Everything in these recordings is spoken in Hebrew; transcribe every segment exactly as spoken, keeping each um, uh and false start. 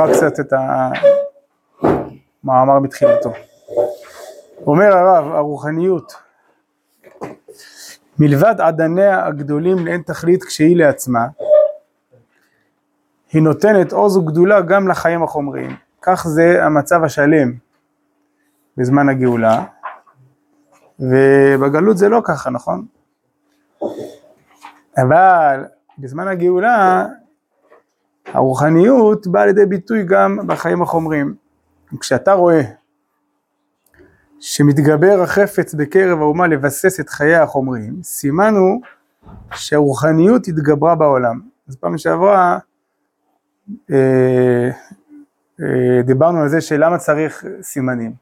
נקרא קצת את המאמר בתחילתו. אומר הרב, הרוחניות, מלבד עדניה הגדולים לאין תכלית כשהיא לעצמה, היא נותנת עוז וגדולה גם לחיים החומריים. כך זה המצב השלם בזמן הגאולה, ובגלות זה לא ככה, נכון? אבל בזמן הגאולה, הרוחניות באה לידי ביטוי גם בחיים החומריים. כשאתה רואה שמתגבר החפץ בקרב האומה לבסס את חיי החומריים, סימנו שהרוחניות התגברה בעולם. אז פעם שעברה אה, אה, דיברנו על זה שלמה צריך סימנים.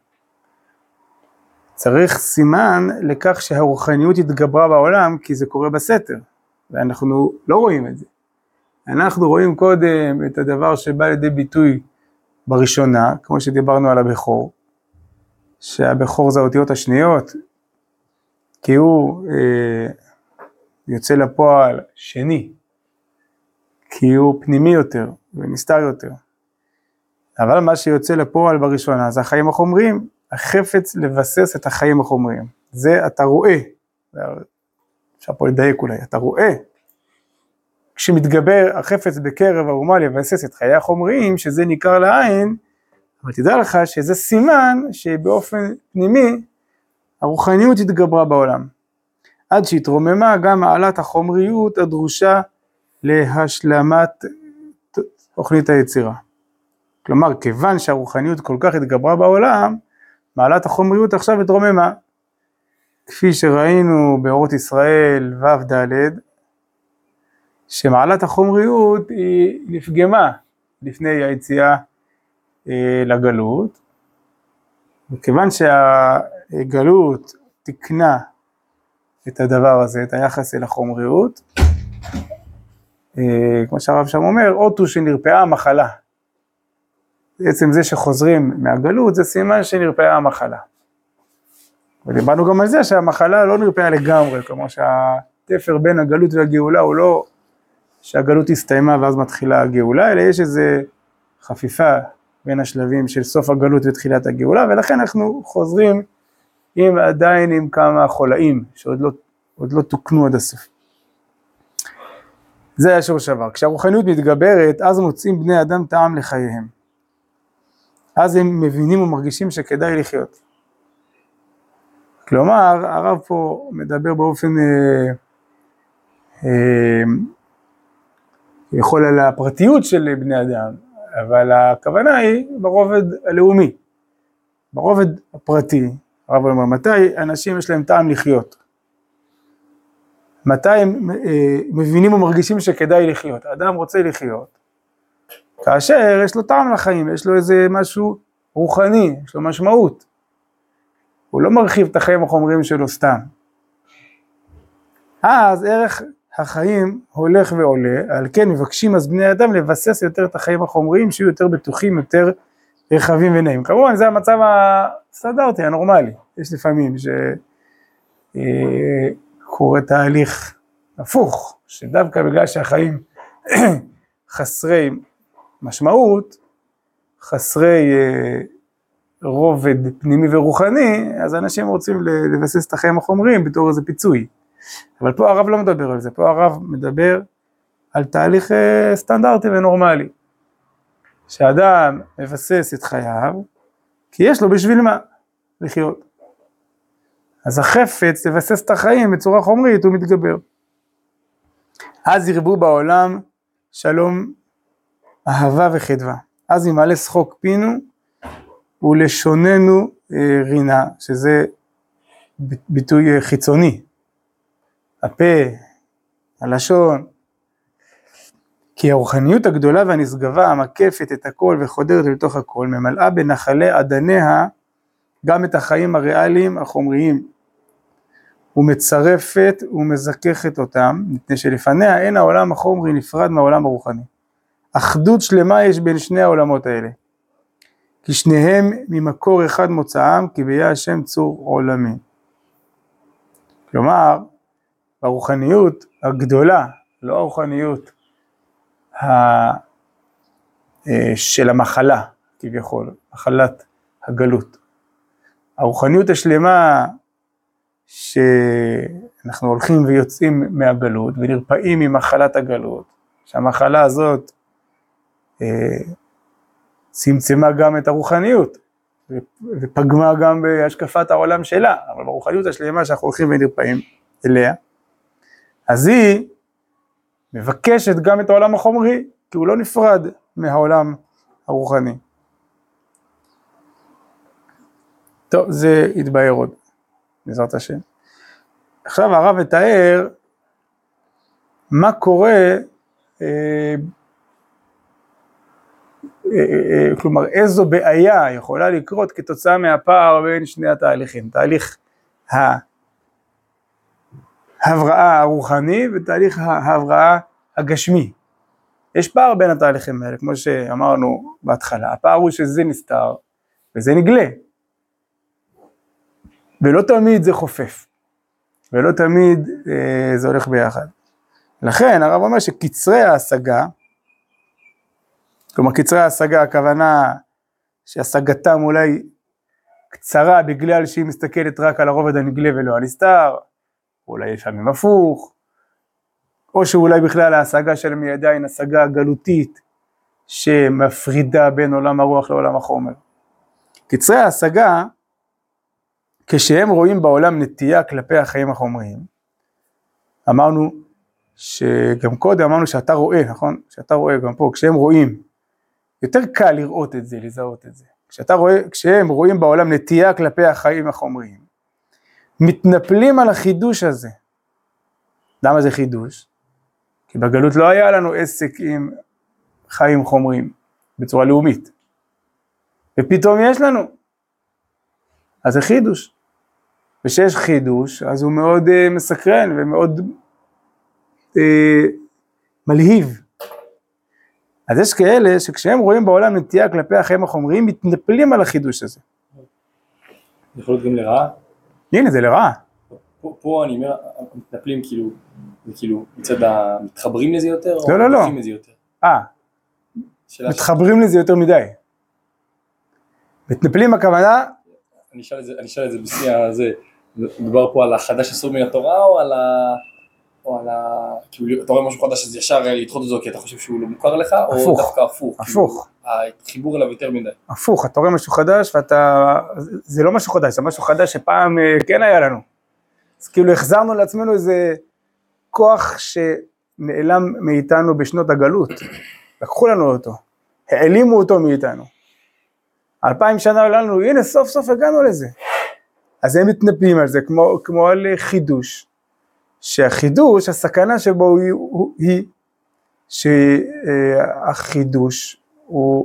צריך סימן לכך שהרוחניות התגברה בעולם, כי זה קורה בסתר, ואנחנו לא רואים את זה. אנחנו רואים קודם את הדבר שבא לידי ביטוי בראשונה, כמו שדיברנו על הבכור, שהבכור זה האותיות השניות, כי הוא אה, יוצא לפועל שני, כי הוא פנימי יותר ונסתר יותר. אבל מה שיוצא לפועל בראשונה זה החיים החומריים, החפץ לבסס את החיים החומריים. זה אתה רואה, אפשר פה לדייק אולי, אתה רואה, כשמתגבר החפץ בקרב האומה לבסס את חיי החומריים, שזה ניכר לעין, אבל תדע לך שזה סימן שבאופן פנימי הרוחניות התגברה בעולם. עד שהתרוממה גם מעלת החומריות הדרושה להשלמת תוכנית היצירה. כלומר, כיוון שהרוחניות כל כך התגברה בעולם, מעלת החומריות עכשיו התרוממה. כפי שראינו באורות ישראל ו' ד', שמעלת החומריות היא נפגמה לפני היציאה אה, לגלות, וכיוון שהגלות תקנה את הדבר הזה, את היחס אל החומריות, אה, כמו שהרב שם אומר, אותו שנרפאה המחלה. בעצם זה שחוזרים מהגלות, זה סימן שנרפאה המחלה. ודיברנו גם על זה שהמחלה לא נרפאה לגמרי, כלומר שהתפר בין הגלות והגאולה הוא לא שהגלות הסתיימה ואז מתחילה הגאולה, אלא יש איזו חפיפה בין השלבים של סוף הגלות ותחילת הגאולה, ולכן אנחנו חוזרים עם עדיין עם כמה חולאים שעוד לא, עוד לא תוקנו עד הסוף. זה היה שורש עבר. כשהרוחניות מתגברת, אז מוצאים בני אדם טעם לחייהם. אז הם מבינים ומרגישים שכדאי לחיות. כלומר, הרב פה מדבר באופן אה, אה, יכול על הפרטיות של בני אדם, אבל הכוונה היא ברובד הלאומי, ברובד הפרטי. הרב אומר, מתי אנשים יש להם טעם לחיות? מתי הם אה, מבינים ומרגישים שכדאי לחיות? האדם רוצה לחיות, כאשר יש לו טעם לחיים, יש לו איזה משהו רוחני, יש לו משמעות. הוא לא מרחיב את החיים החומריים שלו סתם. אז ערך החיים הולך ועולה, על כן מבקשים אז בני אדם לבסס יותר את החיים החומריים, שיהיו יותר בטוחים, יותר רחבים ונעים. כמובן זה המצב הסטנדרטי, הנורמלי. יש לפעמים שקורה תהליך הפוך, שדווקא בגלל שהחיים חסרי משמעות, חסרי רובד פנימי ורוחני, אז אנשים רוצים לבסס את החיים החומריים בתור איזה פיצוי. אבל פה הרב לא מדבר על זה, פה הרב מדבר על תהליך סטנדרטי ונורמלי. שאדם מבסס את חייו, כי יש לו בשביל מה לחיות. אז החפץ לבסס את החיים בצורה חומרית, הוא מתגבר. אז ירבו בעולם שלום, אהבה וחדווה. אז ימלא שחוק פינו, ולשוננו רינה, שזה ביטוי חיצוני. הפה, הלשון, כי הרוחניות הגדולה והנשגבה המקפת את הכל וחודרת לתוך הכל, ממלאה בנחלי עדניה גם את החיים הריאליים החומריים, ומצרפת ומזככת אותם, מפני שלפניה אין העולם החומרי נפרד מהעולם הרוחני. אחדות שלמה יש בין שני העולמות האלה, כי שניהם ממקור אחד מוצאם, כי ביה השם צור עולמי. כלומר, הרוחניות הגדולה, לא הרוחניות של המחלה, כביכול, מחלת הגלות. הרוחניות השלמה שאנחנו הולכים ויוצאים מהגלות ונרפאים ממחלת הגלות, שהמחלה הזאת אה, צמצמה גם את הרוחניות, ופגמה גם בהשקפת העולם שלה, אבל ברוחניות השלמה שאנחנו הולכים ונרפאים אליה, אז היא מבקשת גם את העולם החומרי, כי הוא לא נפרד מהעולם הרוחני. טוב, זה יתבהר עוד, בעזרת השם. עכשיו הרב מתאר מה קורה, אה, כלומר, איזו בעיה יכולה לקרות כתוצאה מהפער בין שני התהליכים, תהליך ההבראה הרוחני ותהליך ההבראה הגשמי. יש פער בין התהליכים האלה, כמו שאמרנו בהתחלה, הפער הוא שזה נסתר וזה נגלה, ולא תמיד זה חופף, ולא תמיד אה, זה הולך ביחד. לכן הרב אומר שקצרי ההשגה, כלומר, קצרי ההשגה, הכוונה שהשגתם אולי קצרה בגלל שהיא מסתכלת רק על הרובד הנגלה ולא על הסתר, אולי לפעמים הפוך, או שאולי בכלל ההשגה שלהם היא עדיין השגה גלותית שמפרידה בין עולם הרוח לעולם החומר. קצרי ההשגה, כשהם רואים בעולם נטייה כלפי החיים החומריים, אמרנו שגם קודם אמרנו שאתה רואה, נכון? שאתה רואה גם פה, כשהם רואים, יותר קל לראות את זה, לזהות את זה. כשאתה רואה, כשהם רואים בעולם נטייה כלפי החיים החומריים, מתנפלים על החידוש הזה. למה זה חידוש? כי בגלות לא היה לנו עסק עם חיים חומריים, בצורה לאומית. ופתאום יש לנו. אז זה חידוש. ושיש חידוש, אז הוא מאוד uh, מסקרן ומאוד uh, מלהיב. אז יש כאלה שכשהם רואים בעולם נטייה כלפי החיים החומריים, מתנפלים על החידוש הזה. יכול להיות גם לרעה? הנה, זה לרעה. פה, פה אני אומר, מתנפלים כאילו, כאילו מצד המתחברים לזה יותר? לא, לא, לא. או לזה יותר? אה, מתחברים לזה יותר מדי. מתנפלים הכוונה? אני אשאל את זה, אני אשאל את זה בשיא הזה, מדובר פה על החדש אסור מן התורה או על ה... או על ה... כאילו, אתה רואה משהו חדש אז ישר לדחות את זה כי אתה חושב שהוא לא מוכר לך, או דווקא הפוך? הפוך. החיבור אליו יותר מדי. הפוך, אתה רואה משהו חדש ואתה... זה לא משהו חדש, זה משהו חדש שפעם כן היה לנו. אז כאילו החזרנו לעצמנו איזה כוח שנעלם מאיתנו בשנות הגלות. לקחו לנו אותו, העלימו אותו מאיתנו. אלפיים שנה לנו, הנה סוף סוף הגענו לזה. אז הם מתנפלים על זה כמו, כמו על חידוש. שהחידוש, הסכנה שבו היא, היא שהחידוש הוא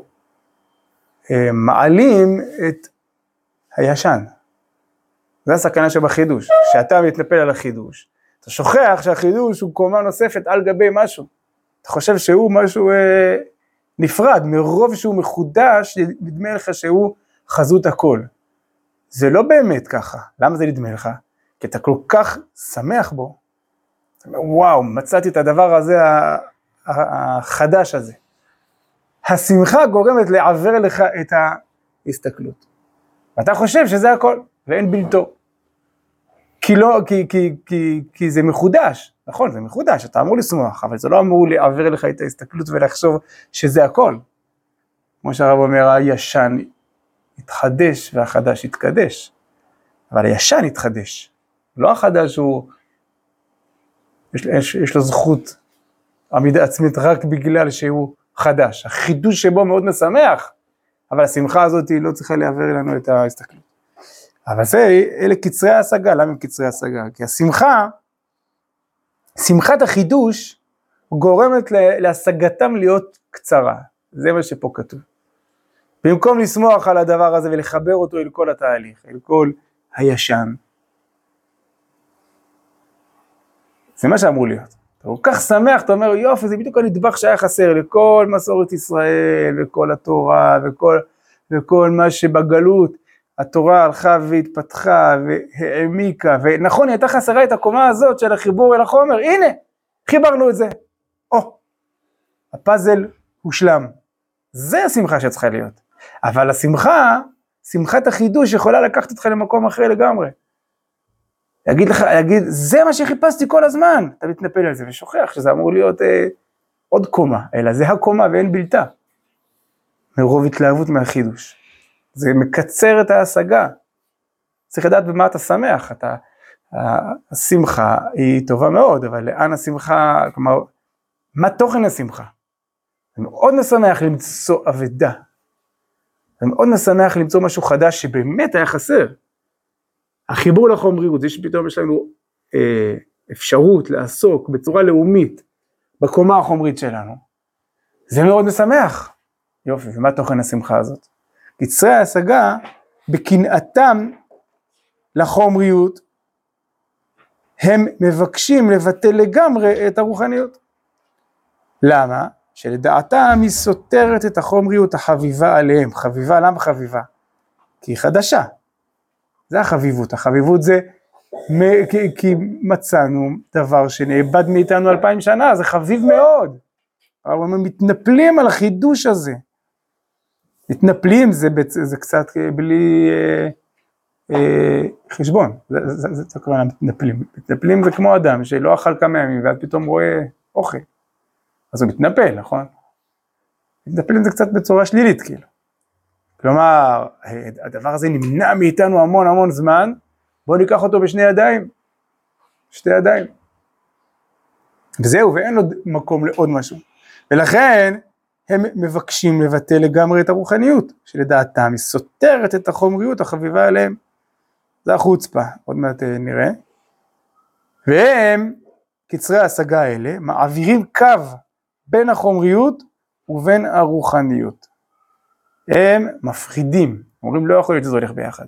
מעלים את הישן. זה הסכנה שבחידוש, שאתה מתנפל על החידוש. אתה שוכח שהחידוש הוא קומה נוספת על גבי משהו. אתה חושב שהוא משהו אה, נפרד, מרוב שהוא מחודש, נדמה לך שהוא חזות הכל. זה לא באמת ככה. למה זה נדמה לך? כי אתה כל כך שמח בו. וואו, מצאתי את הדבר הזה, החדש הזה. השמחה גורמת לעבר לך את ההסתכלות. ואתה חושב שזה הכל, ואין בלתו. כי, לא, כי, כי, כי, כי זה מחודש, נכון, זה מחודש, אתה אמור לשמוח, אבל זה לא אמור לעבר לך את ההסתכלות ולחשוב שזה הכל. כמו שהרב אומר, הישן יתחדש והחדש יתקדש. אבל הישן יתחדש. לא החדש הוא, יש, יש, יש לו זכות עמידה עצמית רק בגלל שהוא חדש. החידוש שבו מאוד משמח, אבל השמחה הזאת היא לא צריכה לעבר לנו את ההסתכלות. אבל זה, אלה קצרי ההשגה. למה הם קצרי ההשגה? כי השמחה, שמחת החידוש, גורמת להשגתם להיות קצרה. זה מה שפה כתוב. במקום לשמוח על הדבר הזה ולחבר אותו אל כל התהליך, אל כל הישן. זה מה שאמרו להיות. אתה כל כך שמח, אתה אומר, יופי, זה בדיוק הנדבך שהיה חסר לכל מסורת ישראל, וכל התורה, וכל, וכל מה שבגלות, התורה הלכה והתפתחה והעמיקה, ונכון, היא הייתה חסרה את הקומה הזאת של החיבור אל החומר, הנה, חיברנו את זה. או, הפאזל הושלם. זה השמחה שצריכה להיות. אבל השמחה, שמחת החידוש יכולה לקחת אותך למקום אחר לגמרי. להגיד לך, להגיד, זה מה שחיפשתי כל הזמן, אתה מתנפל על זה ושוכח שזה אמור להיות אה, עוד קומה, אלא זה הקומה ואין בלתה. מרוב התלהבות מהחידוש. זה מקצר את ההשגה. צריך לדעת במה אתה שמח, אתה, השמחה היא טובה מאוד, אבל לאן השמחה, כלומר, מה תוכן השמחה? זה מאוד משמח למצוא אבדה. זה מאוד משמח למצוא משהו חדש שבאמת היה חסר. החיבור לחומריות, זה שפתאום יש לנו אה, אפשרות לעסוק בצורה לאומית בקומה החומרית שלנו, זה מאוד משמח. יופי, ומה תוכן השמחה הזאת? קצרי ההשגה, בקנאתם לחומריות, הם מבקשים לבטל לגמרי את הרוחניות. למה? שלדעתם היא סותרת את החומריות החביבה עליהם. חביבה, למה חביבה? כי היא חדשה. זה החביבות. החביבות זה כי, כי מצאנו דבר שנאבד מאיתנו אלפיים שנה, זה חביב מאוד. אבל הם מתנפלים על החידוש הזה. מתנפלים זה, זה קצת בלי אה, אה, חשבון. זה, זה, זה, זה כמובן מתנפלים. מתנפלים זה כמו אדם שלא אכל כמה ימים ואז פתאום רואה אוכל. אז הוא מתנפל, נכון? מתנפלים זה קצת בצורה שלילית, כאילו. כלומר, הדבר הזה נמנע מאיתנו המון המון זמן, בואו ניקח אותו בשני ידיים, שתי ידיים. וזהו, ואין לו מקום לעוד משהו. ולכן, הם מבקשים לבטל לגמרי את הרוחניות, שלדעתם היא סותרת את החומריות החביבה עליהם. זה החוצפה, עוד מעט נראה. והם, קצרי ההשגה האלה, מעבירים קו בין החומריות ובין הרוחניות. הם מפחידים, אומרים לא יכול להיות שזה הולך ביחד.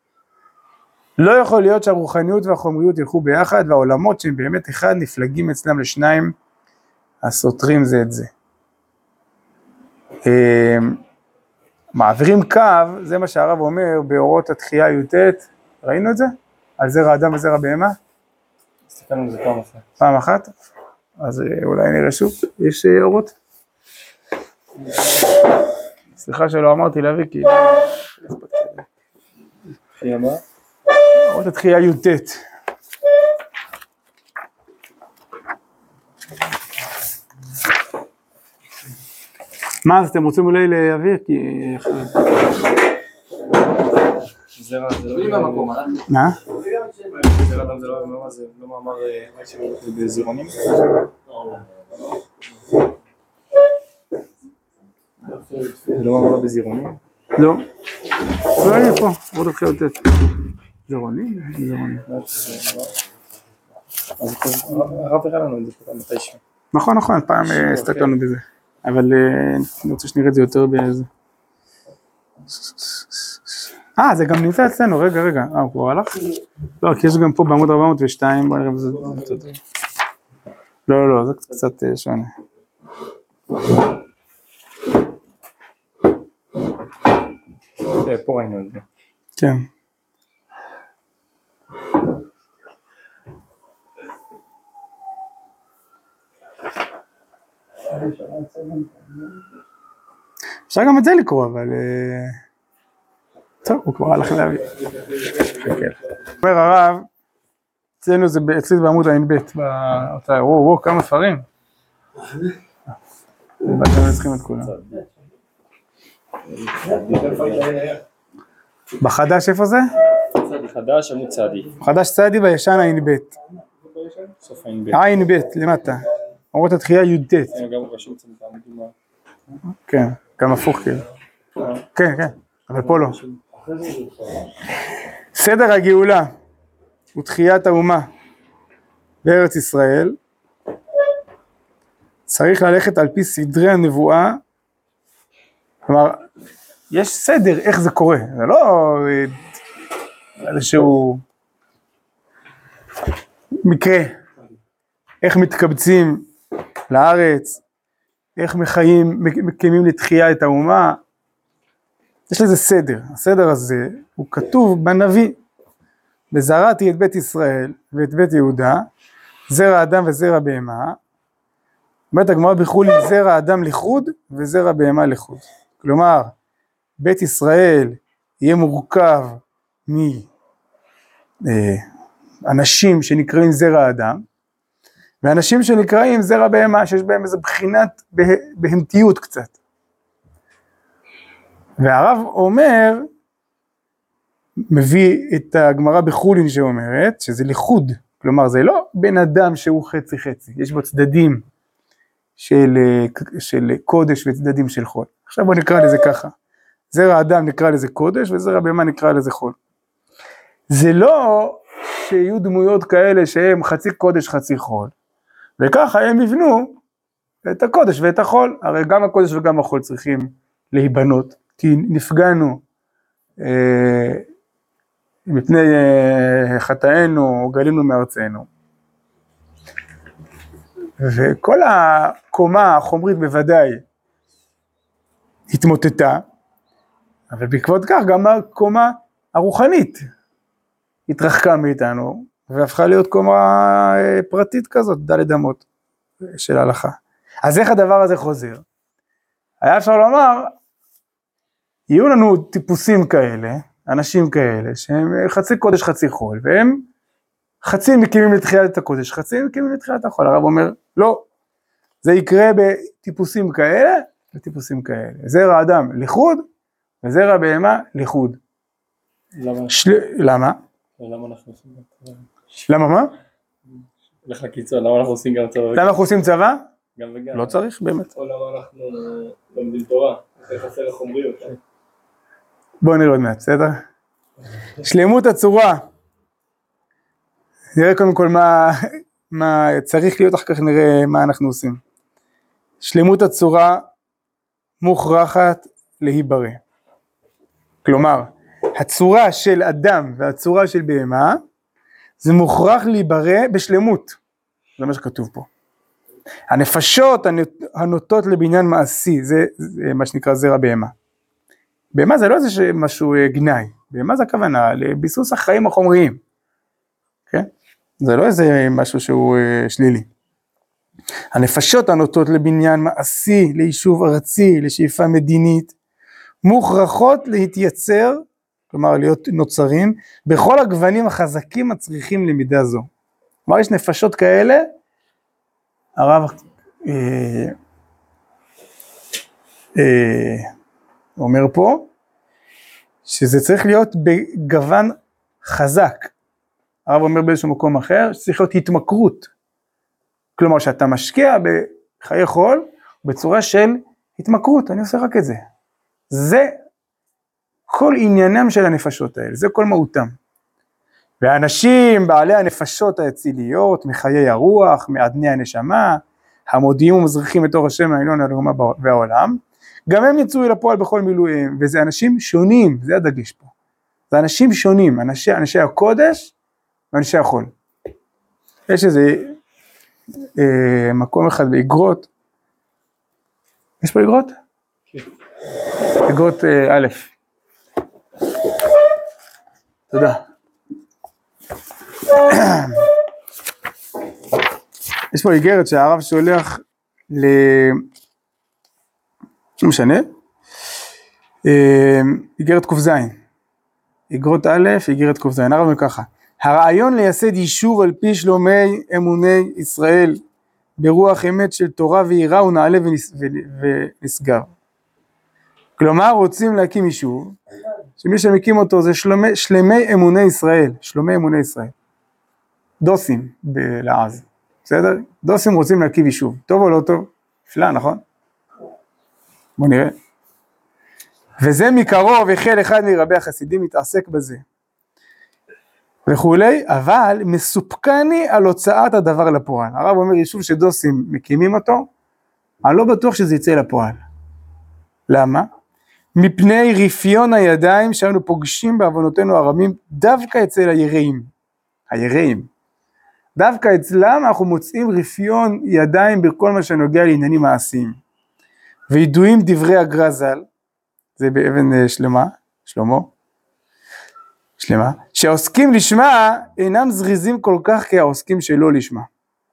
לא יכול להיות שהרוחניות והחומריות ילכו ביחד, והעולמות שהם באמת אחד נפלגים אצלם לשניים הסותרים זה את זה. מעבירים קו, זה מה שהרב אומר באורות התחייה י"ט, ראינו את זה? על זרע אדם וזרע בהמה? הסתכלנו על זה פעם אחת. פעם אחת? אז אולי נראה שוב, יש אורות? סליחה שלא אמרתי להביא כי... תחייה מה? אורות התחייה י"ט. מה אז אתם רוצים אולי להביא? כי... זרע זה לא במקום, אה? מה? זרע אדם זה לא במקום, זה לא מאמר בזירונים? זה לא מאמר בזירונים? לא. לא היה פה, עוד התחייה י"ט. זירונים? זירונים. אז הרב הראה לנו את זה פה מתישהו. נכון, נכון, פעם הסתכלנו בזה. אבל אני רוצה שנראה את זה יותר באיזה... אה, זה גם נמצא אצלנו, רגע, רגע, אה, הוא כבר הלך? לא, כי יש גם פה בעמוד ארבע מאות ושתיים, בוא נראה בזה... לא, לא, לא, זה קצת שונה. פה ראינו את זה. כן. אפשר גם את זה לקרוא, אבל... טוב, הוא כבר הלך להביא. אומר הרב, אצלנו זה אצלי בעמוד עין ב' וואו, וואו, כמה ספרים. ואתם צריכים את כולם. בחדש איפה זה? חדש עמוד צדי. חדש צדי בישן עין ב'. סוף עין ב'. עין ב', למטה. אומרות התחייה י"ט. גם רשום קצת בעמודים. כן, גם הפוך כאילו. כן, כן, אבל פה לא. סדר הגאולה ותחיית האומה בארץ ישראל צריך ללכת על פי סדרי הנבואה, כלומר, יש סדר איך זה קורה, זה לא איזשהו מקרה, איך מתקבצים לארץ, איך מחיים, מקימים לתחייה את האומה, יש לזה סדר, הסדר הזה הוא כתוב בנביא, וזרעתי את בית ישראל ואת בית יהודה, זרע אדם וזרע בהמה, אומרת הגמרא בחולין זרע אדם לחוד וזרע בהמה לחוד. כלומר, בית ישראל יהיה מורכב מאנשים שנקראים זרע אדם, ואנשים שנקראים זרע בהמה, שיש בהם איזו בחינת בהמתיות קצת. והרב אומר, מביא את הגמרא בחולין שאומרת, שזה ליכוד, כלומר זה לא בן אדם שהוא חצי חצי, יש בו צדדים של, של קודש וצדדים של חול. עכשיו בוא נקרא לזה ככה, זרע אדם נקרא לזה קודש וזרע בהמה נקרא לזה חול. זה לא שיהיו דמויות כאלה שהם חצי קודש חצי חול, וככה הם יבנו את הקודש ואת החול, הרי גם הקודש וגם החול צריכים להיבנות, כי נפגענו אה, מפני אה, חטאינו, גלינו מארצנו. וכל הקומה החומרית בוודאי התמוטטה, אבל בעקבות כך גם הקומה הרוחנית התרחקה מאיתנו, והפכה להיות קומה אה, פרטית כזאת, דלת אמות של ההלכה. אז איך הדבר הזה חוזר? היה אפשר לומר, יהיו לנו טיפוסים כאלה, אנשים כאלה, שהם חצי קודש חצי חול, והם חצי מקימים לתחילת את הקודש, חצי מקימים לתחילת החול. הרב אומר, לא, זה יקרה בטיפוסים כאלה, בטיפוסים כאלה. זרע אדם לחוד, וזרע בהמה לחוד. למה? של... למה? למה אנחנו עושים גם צבא? למה מה? הולך לקיצור, למה אנחנו עושים גם צבא? למה אנחנו עושים צבא? גם וגם. לא צריך, באמת. או למה אנחנו לומדים תורה, אחרי חסר החומריות. בואו נראה עוד מעט, בסדר? שלמות הצורה. נראה קודם כל מה, מה צריך להיות, אחר כך נראה מה אנחנו עושים. שלמות הצורה מוכרחת להיברא. כלומר, הצורה של אדם והצורה של בהמה, זה מוכרח להיברא בשלמות. זה מה שכתוב פה. הנפשות הנוטות לבניין מעשי, זה, זה מה שנקרא זרע בהמה. בהמה זה לא איזה משהו גנאי, בהמה זה הכוונה לביסוס החיים החומריים. כן? זה לא איזה משהו שהוא שלילי. הנפשות הנוטות לבניין מעשי, ליישוב ארצי, לשאיפה מדינית, מוכרחות להתייצר, כלומר להיות נוצרים, בכל הגוונים החזקים הצריכים למידה זו. כלומר יש נפשות כאלה, הרב אה, אה, אומר פה, שזה צריך להיות בגוון חזק. הרב אומר באיזשהו מקום אחר, שצריך להיות התמכרות. כלומר שאתה משקיע בחיי חול, בצורה של התמכרות, אני עושה רק את זה. זה כל עניינם של הנפשות האלה, זה כל מהותם. והאנשים בעלי הנפשות האציליות, מחיי הרוח, מעדני הנשמה, המודיעים ומזריחים את אור השם העליון האלומה והעולם, גם הם יצאו אל הפועל בכל מילואים, וזה אנשים שונים, זה הדגש פה. זה אנשים שונים, אנשי, אנשי הקודש ואנשי החול. יש איזה אה, מקום אחד באגרות, יש פה אגרות? כן. אגרות אה, א', תודה. יש פה איגרת שהרב שולח ל... לא משנה, איגרת קוף זין, איגרות א', איגרת קוף זין, הרב אומר ככה, הרעיון לייסד יישוב על פי שלומי אמוני ישראל, ברוח אמת של תורה ויראה הוא נעלה ונסגר. כלומר רוצים להקים יישוב, שמי שמקים אותו זה שלומי, שלמי אמוני ישראל, שלומי אמוני ישראל, דוסים בלעז, בסדר? דוסים רוצים להקים יישוב, טוב או לא טוב? נפלא, נכון? בוא נראה. וזה מקרוב, החל אחד מרבי החסידים מתעסק בזה. וכולי, אבל מסופקני על הוצאת הדבר לפועל. הרב אומר, יישוב שדוסים מקימים אותו, אני לא בטוח שזה יצא לפועל. למה? מפני רפיון הידיים שאנו פוגשים בעוונותינו הרמים, דווקא אצל היראים. היראים. דווקא אצלם אנחנו מוצאים רפיון ידיים בכל מה שנוגע לעניינים מעשיים. וידועים דברי הגר"א ז"ל, זה באבן שלמה, שלמה, שלמה, שהעוסקים לשמה אינם זריזים כל כך כעוסקים שלא לשמה.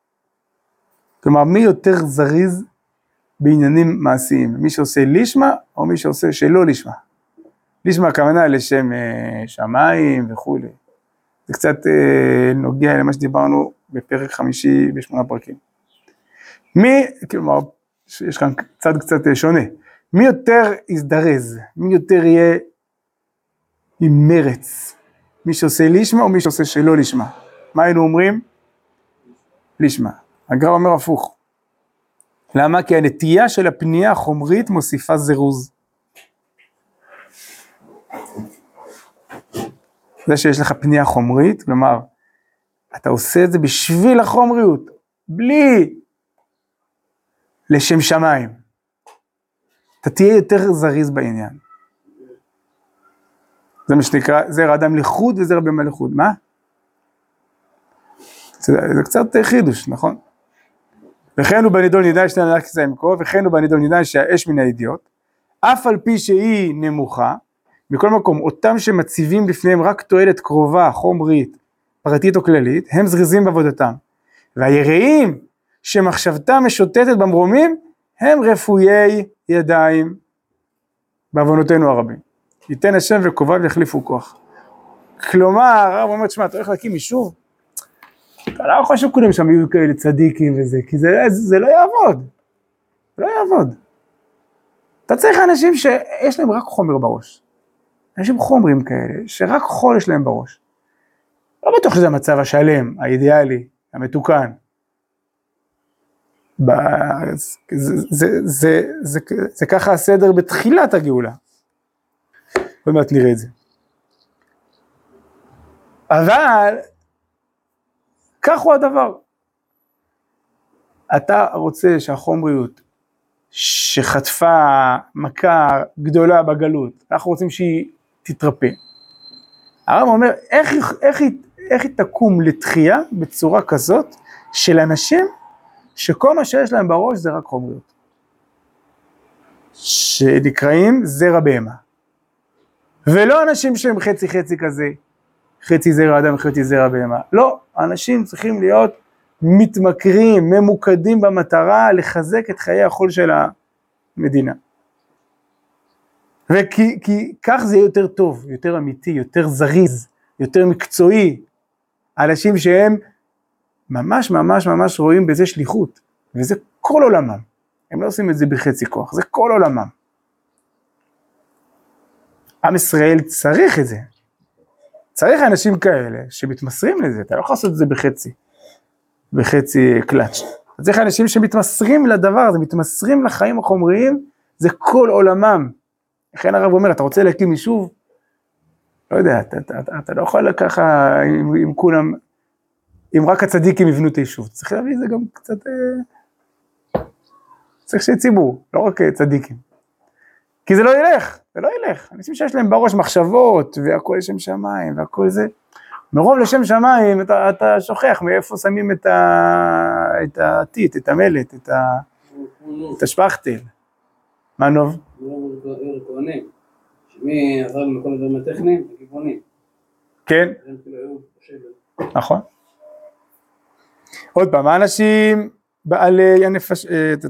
כלומר, מי יותר זריז בעניינים מעשיים? מי שעושה לשמה או מי שעושה שלא לשמה. לשמה הכוונה לשם אה, שמיים וכו'. זה קצת אה, נוגע למה שדיברנו בפרק חמישי בשמונה פרקים. מי, כלומר, יש כאן צד קצת שונה, מי יותר יזדרז, מי יותר יהיה עם מרץ, מי שעושה לשמה או מי שעושה שלא לשמה. מה היינו אומרים? לשמה. הגר"א אומר הפוך. למה? כי הנטייה של הפנייה החומרית מוסיפה זירוז. זה שיש לך פנייה חומרית, כלומר, אתה עושה את זה בשביל החומריות, בלי לשם שמיים. אתה תהיה יותר זריז בעניין. זה מה שנקרא, זרע אדם לחוד וזרע בהמה לחוד. מה? זה, זה קצת חידוש, נכון? וכן הוא בנידון ידע שני הנהלך כיסא עמקו, וכן הוא בנידון ידע שהאש מן הידיעות, אף על פי שהיא נמוכה, מכל מקום, אותם שמציבים בפניהם רק תועלת קרובה, חומרית, פרטית או כללית, הם זריזים בעבודתם. והיראים שמחשבתם משוטטת במרומים, הם רפויי ידיים בעוונותינו הרבים. ייתן השם וקרוביו יחליפו כוח. כלומר, הרב אומר, תשמע, אתה הולך להקים יישוב, אתה לא יכול שכולם שם יהיו כאלה צדיקים וזה, כי זה, זה לא יעבוד. זה לא יעבוד. אתה צריך אנשים שיש להם רק חומר בראש. אנשים חומרים כאלה, שרק חול יש להם בראש. לא בטוח שזה המצב השלם, האידיאלי, המתוקן. זה, זה, זה, זה, זה, זה ככה הסדר בתחילת הגאולה. עוד מעט נראה את זה. אבל, כך הוא הדבר. אתה רוצה שהחומריות שחטפה מכה גדולה בגלות, אנחנו רוצים שהיא תתרפא. הרב אומר, איך, איך, איך היא תקום לתחייה בצורה כזאת של אנשים שכל מה שיש להם בראש זה רק חומריות. שנקראים זרע בהמה. ולא אנשים שהם חצי חצי כזה, חצי זרע אדם וחצי זרע בהמה. לא, אנשים צריכים להיות מתמכרים, ממוקדים במטרה לחזק את חיי החול של המדינה. וכי כי כך זה יותר טוב, יותר אמיתי, יותר זריז, יותר מקצועי. אנשים שהם ממש ממש ממש רואים בזה שליחות, וזה כל עולמם. הם לא עושים את זה בחצי כוח, זה כל עולמם. עם ישראל צריך את זה. צריך אנשים כאלה שמתמסרים לזה, אתה לא יכול לעשות את זה בחצי, בחצי קלאץ'. אתה צריך אנשים שמתמסרים לדבר הזה, מתמסרים לחיים החומריים, זה כל עולמם. לכן הרב אומר, אתה רוצה להקים יישוב? לא יודע, אתה, אתה, אתה, אתה לא יכול ככה עם, עם כולם, אם רק הצדיקים יבנו את היישוב. צריך להביא את זה גם קצת, אה, צריך שיהיה ציבור, לא רק צדיקים. כי זה לא ילך, זה לא ילך. אנשים שיש להם בראש מחשבות, והכל לשם שמיים, והכל זה. מרוב לשם שמיים, אתה, אתה שוכח מאיפה שמים את, ה, את העתית, את המלט, את, ה, את השפכתל. מה נוב? כהנים, שמי עזר לנו כל הדברים הטכניים, וכיוונים. כן. נכון. עוד פעם, האנשים בעלי הנפש,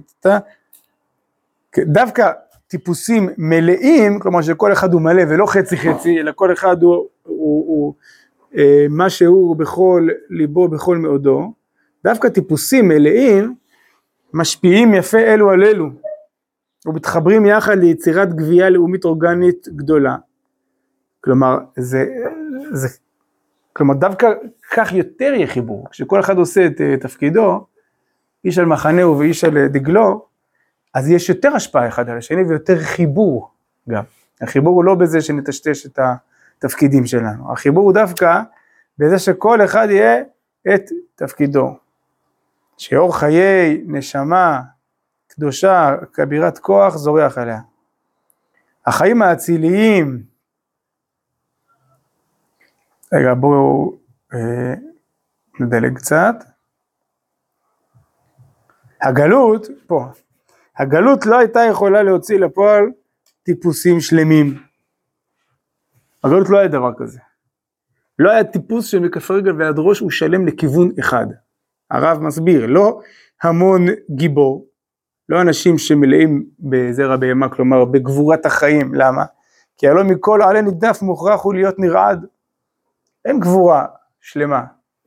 דווקא טיפוסים מלאים, כלומר שכל אחד הוא מלא ולא חצי חצי, אלא כל אחד הוא, הוא, הוא מה שהוא בכל ליבו, בכל מאודו, דווקא טיפוסים מלאים משפיעים יפה אלו על אלו, ומתחברים יחד ליצירת גבייה לאומית אורגנית גדולה. כלומר, זה, זה, כלומר, דווקא כך יותר יהיה חיבור. כשכל אחד עושה את תפקידו, איש על מחנהו ואיש על דגלו, אז יש יותר השפעה אחד על השני ויותר חיבור גם. החיבור הוא לא בזה שנטשטש את התפקידים שלנו. החיבור הוא דווקא בזה שכל אחד יהיה את תפקידו. שאור חיי נשמה קדושה, כבירת כוח, זורח עליה. החיים האציליים, רגע בואו אה, נדלג קצת. הגלות, פה, הגלות לא הייתה יכולה להוציא לפועל טיפוסים שלמים. הגלות לא היה דבר כזה. לא היה טיפוס שמכף רגל ועד ראש הוא שלם לכיוון אחד. הרב מסביר, לא המון גיבור, לא אנשים שמלאים בזרע בהמה, כלומר בגבורת החיים, למה? כי הלא מכל עלה נידף מוכרח הוא להיות נרעד, אין גבורה שלמה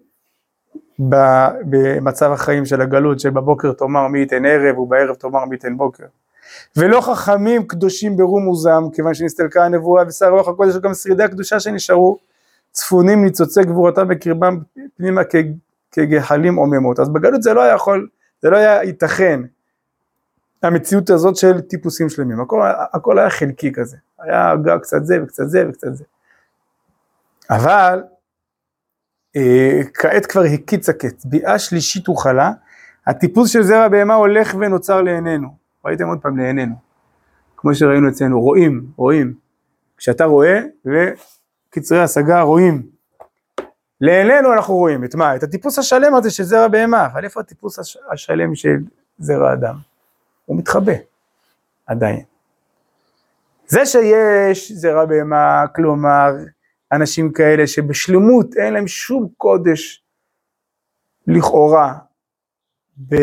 במצב החיים של הגלות, שבבוקר תאמר מי ייתן ערב ובערב תאמר מי ייתן בוקר. ולא חכמים קדושים ברום וזעם, כיוון שנסתלקה הנבואה ושר רוח הקודש, וגם שרידי הקדושה שנשארו צפונים ניצוצי גבורתם בקרבם פנימה כגחלים עוממות. אז בגלות זה לא היה יכול, זה לא היה ייתכן, המציאות הזאת של טיפוסים שלמים, הכל, הכל היה חלקי כזה, היה גם קצת זה וקצת זה וקצת זה. אבל אה, כעת כבר הקיץ הקץ, ביאה שלישית וחלה, הטיפוס של זרע בהמה הולך ונוצר לעינינו, ראיתם עוד פעם לעינינו, כמו שראינו אצלנו, רואים, רואים, כשאתה רואה וקצרי השגה רואים, לעינינו אנחנו רואים, את מה? את הטיפוס השלם הזה של זרע בהמה, אבל איפה הטיפוס הש... השלם של זרע אדם? הוא מתחבא, עדיין. זה שיש זרע בהמה, כלומר, אנשים כאלה שבשלמות אין להם שום קודש לכאורה ב...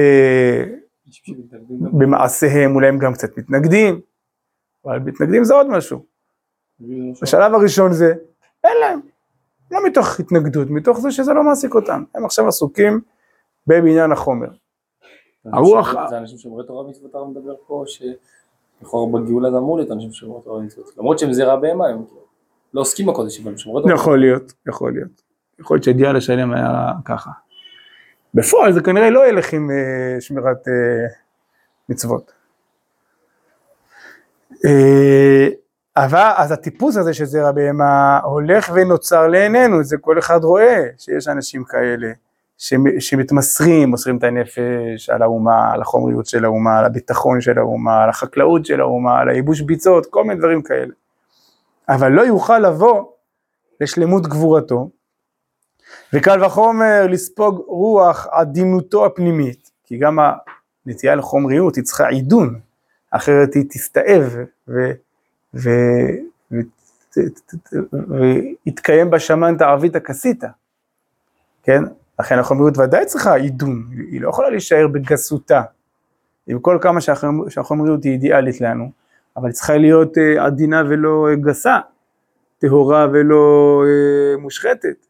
במעשיהם, אולי הם גם קצת מתנגדים, אבל מתנגדים זה עוד משהו. בשלב הראשון זה, אין להם, לא מתוך התנגדות, מתוך זה שזה לא מעסיק אותם, הם עכשיו עסוקים בבניין החומר. הרוח... זה אנשים שאומרי תורה ומצוות הרב מדבר פה, שלכאורה בגאולה זה אמור להיות אנשים שאומרי תורה ומצוות, למרות שהם זרע בהמה, הם לא עוסקים בקודש, אבל שאומרי תורה. יכול להיות, יכול להיות. יכול להיות שהדיאל השלם היה ככה. בפועל זה כנראה לא ילך עם uh, שמירת uh, מצוות. Uh, אבל אז הטיפוס הזה של זרע בהמה הולך ונוצר לעינינו, זה כל אחד רואה שיש אנשים כאלה שמתמסרים, מוסרים את הנפש על האומה, על החומריות של האומה, על הביטחון של האומה, על החקלאות של האומה, על הייבוש ביצות, כל מיני דברים כאלה. אבל לא יוכל לבוא לשלמות גבורתו, וקל וחומר לספוג רוח עדינותו הפנימית, כי גם הנטייה לחומריות היא צריכה עידון, אחרת היא תסתאב ויתקיים בשמן תערבית הכסיתה, כן? לכן החומריות ודאי צריכה עידון, היא לא יכולה להישאר בגסותה, עם כל כמה שהחומריות היא אידיאלית לנו, אבל היא צריכה להיות עדינה ולא גסה, טהורה ולא מושחתת.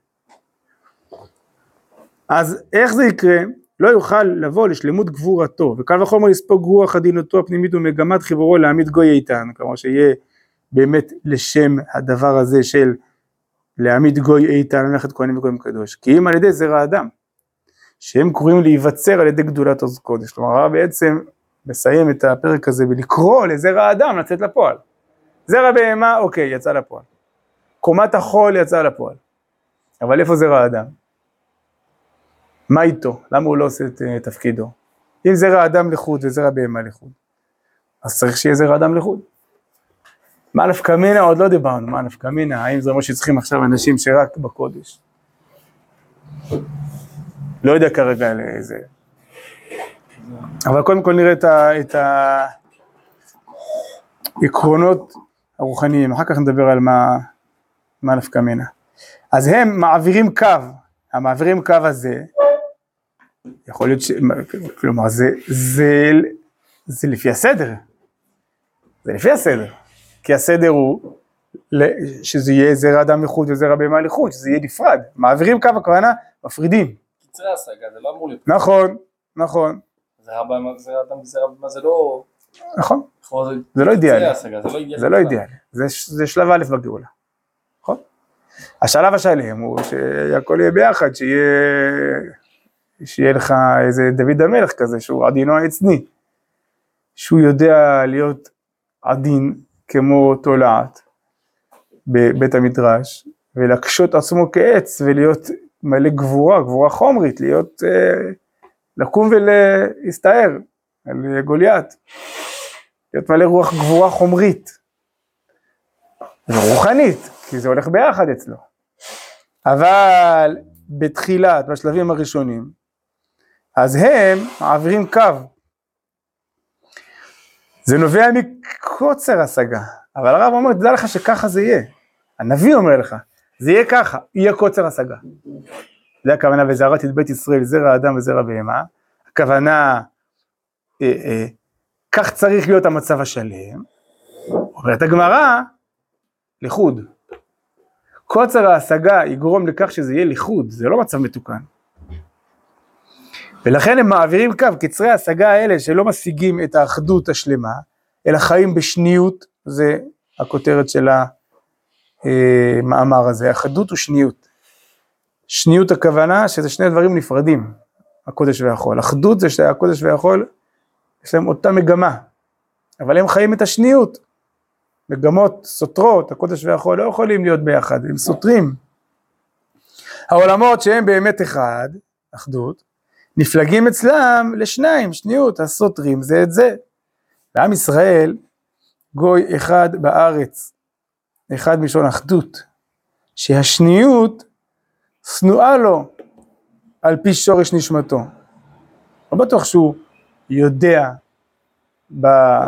אז איך זה יקרה? לא יוכל לבוא לשלמות גבורתו, וקל וחומר לספוג רוח עדינותו הפנימית ומגמת חיבורו להעמיד גוי איתן, כלומר שיהיה באמת לשם הדבר הזה של להעמיד גוי איתן, ללכת כהנים וכהנים קדוש, כי אם על ידי זרע אדם, שהם קוראים להיווצר על ידי גדולת עוז קודש, כלומר הרב בעצם מסיים את הפרק הזה ולקרוא לזרע אדם לצאת לפועל. זרע בהמה, אוקיי, יצא לפועל. קומת החול יצא לפועל. אבל איפה זרע אדם? מה איתו? למה הוא לא עושה את uh, תפקידו? אם זרע אדם לחוד וזרע בהמה לחוד, אז צריך שיהיה זרע אדם לחוד. מה נפקא מינה? עוד לא דיברנו, מה נפקא מינה? האם זה אומר שצריכים עכשיו אנשים שרק בקודש? לא יודע כרגע לאיזה... אבל קודם כל נראה את, ה... את העקרונות הרוחניים, אחר כך נדבר על מה, מה נפקא מינה. אז הם מעבירים קו, המעבירים קו הזה, יכול להיות ש... כלומר, זה, זה, זה לפי הסדר. זה לפי הסדר. כי הסדר הוא שזה יהיה זרע אדם לחוד וזרע בהמה לחוד, שזה יהיה נפרד. מעבירים קו הכוונה, מפרידים. קצרי השגה, זה לא אמור להיות. נכון, נכון. זרע אדם וזרע בהמה זה לא... נכון. זה לא אידיאלי. זה לא אידיאלי. זה שלב א' בגאולה. נכון? השלב השלם הוא שהכל יהיה ביחד, שיהיה לך איזה דוד המלך כזה, שהוא עדינו העצני, שהוא יודע להיות עדין כמו תולעת בבית המדרש, ולקשות עצמו כעץ, ולהיות מלא גבורה, גבורה חומרית, להיות, לקום ולהסתער על גוליית, להיות מלא רוח גבורה חומרית, ורוחנית, כי זה הולך ביחד אצלו. אבל בתחילת, בשלבים הראשונים, אז הם מעבירים קו. זה נובע מקוצר השגה, אבל הרב אומר, תדע לך שככה זה יהיה. הנביא אומר לך, זה יהיה ככה, יהיה קוצר השגה. זה הכוונה, וזרעתי את בית ישראל, זרע אדם וזרע בהמה. הכוונה, אה, אה, כך צריך להיות המצב השלם. אומרת הגמרא, ליכוד. קוצר ההשגה יגרום לכך שזה יהיה ליכוד, זה לא מצב מתוקן. ולכן הם מעבירים קו, קצרי ההשגה האלה שלא משיגים את האחדות השלמה, אלא חיים בשניות, זה הכותרת של המאמר הזה, אחדות ושניות. שניות הכוונה שזה שני דברים נפרדים, הקודש והחול. אחדות זה שהקודש והחול, יש להם אותה מגמה, אבל הם חיים את השניות. מגמות סותרות, הקודש והחול לא יכולים להיות ביחד, הם סותרים. העולמות שהם באמת אחד, אחדות, נפלגים אצלם לשניים, שניות, הסותרים זה את זה. בעם ישראל, גוי אחד בארץ, אחד משון אחדות, שהשניות שנואה לו על פי שורש נשמתו. לא בטוח שהוא יודע ב...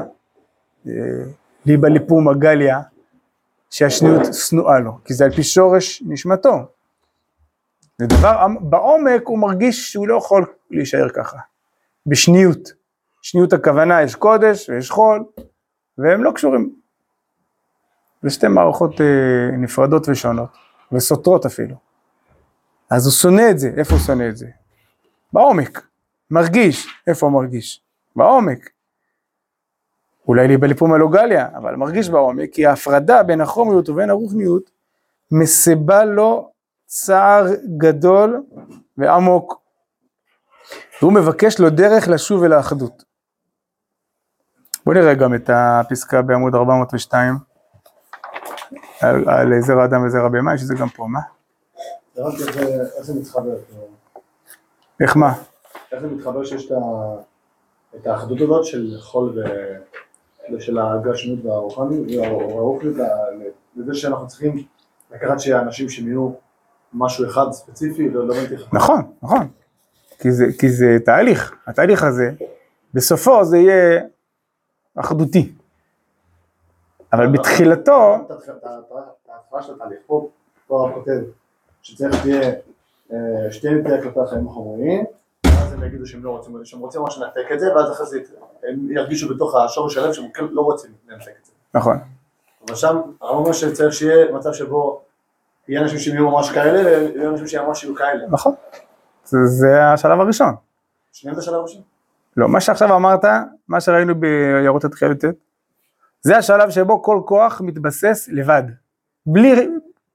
ליבה ליפום הגליה, שהשניות שנואה לו, כי זה על פי שורש נשמתו. זה דבר, בעומק הוא מרגיש שהוא לא יכול להישאר ככה, בשניות. שניות הכוונה, יש קודש ויש חול, והם לא קשורים. זה שתי מערכות אה, נפרדות ושונות, וסותרות אפילו. אז הוא שונא את זה, איפה הוא שונא את זה? בעומק, מרגיש, איפה הוא מרגיש? בעומק. אולי ליבה ליפום הלוגליה, אבל מרגיש בעומק, כי ההפרדה בין החומריות ובין הרוחניות, מסבה לו צער גדול ועמוק, והוא מבקש לו דרך לשוב אל האחדות. בואו נראה גם את הפסקה בעמוד ארבע מאות ושתיים, על, על זרע אדם וזרע בהמה, שזה גם פה, מה? זה רק איך זה מתחבר? איך מה? איך זה מתחבר שיש את האחדות הזאת של חול ושל הגשמיות והרוחניות, לזה שאנחנו צריכים לקחת שאנשים שמינו משהו אחד ספציפי, לא בנתי חכם. נכון, נכון. כי זה, כי זה תהליך, התהליך הזה, בסופו זה יהיה אחדותי. אבל בתחילתו... ההתחלה של התהליך, פה הרב כותב שצריך שתהיה שתי נטייה כלפי החיים החומריים, ואז הם יגידו שהם לא רוצים, שהם רוצים ממש לנתק את זה, ואז אחרי זה הם ירגישו בתוך השורש שלהם שהם לא רוצים לנתק את זה. נכון. אבל שם, הרב אומר שצריך שיהיה מצב שבו יהיה אנשים שהם יהיו ממש כאלה, ויהיה אנשים שהם ממש יהיו כאלה. נכון. זה השלב הראשון. שניהם זה השלב הראשון? לא, מה שעכשיו אמרת, מה שראינו ביערות התחייה י"ט, זה השלב שבו כל כוח מתבסס לבד, בלי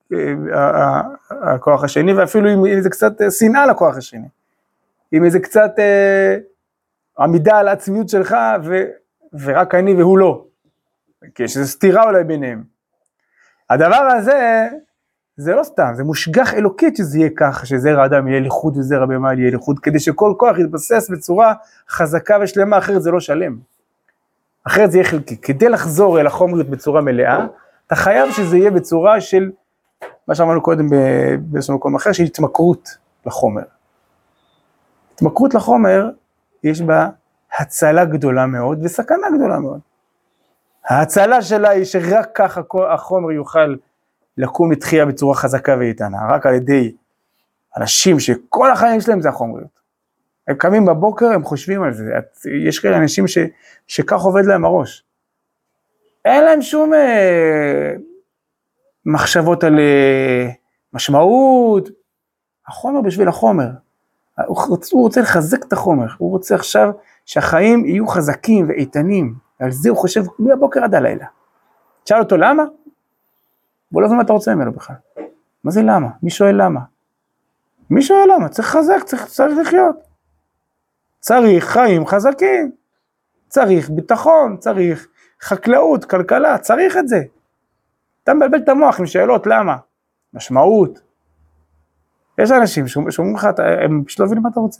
הכוח השני, ואפילו עם איזה קצת שנאה לכוח השני, עם איזה קצת עמידה על העצמיות שלך, ורק אני והוא לא, כי יש איזו סתירה אולי ביניהם. הדבר הזה, זה לא סתם, זה מושגח אלוקית שזה יהיה ככה, שזרע אדם יהיה ליכוד וזרע בהמה יהיה ליכוד, כדי שכל כוח יתבסס בצורה חזקה ושלמה, אחרת זה לא שלם. אחרת זה יהיה חלקי. כדי לחזור אל החומריות בצורה מלאה, אתה חייב שזה יהיה בצורה של, מה שאמרנו קודם באיזשהו מקום אחר, של התמכרות לחומר. התמכרות לחומר, יש בה הצלה גדולה מאוד וסכנה גדולה מאוד. ההצלה שלה היא שרק ככה החומר יוכל לקום לתחייה בצורה חזקה ואיתנה, רק על ידי אנשים שכל החיים שלהם זה החומריות. הם קמים בבוקר, הם חושבים על זה, יש כאלה אנשים ש, שכך עובד להם הראש. אין להם שום אה, מחשבות על אה, משמעות, החומר בשביל החומר. הוא, הוא רוצה לחזק את החומר, הוא רוצה עכשיו שהחיים יהיו חזקים ואיתנים, ועל זה הוא חושב מהבוקר עד הלילה. תשאל אותו למה? בוא לא יודע מה אתה רוצה ממנו בכלל. מה זה למה? מי שואל למה? מי שואל למה? צריך לחזק, צריך, צריך לחיות. צריך חיים חזקים, צריך ביטחון, צריך חקלאות, כלכלה, צריך את זה. אתה מבלבל את המוח עם שאלות למה, משמעות. יש אנשים שאומרים לך, הם פשוט לא מבינים מה אתה רוצה.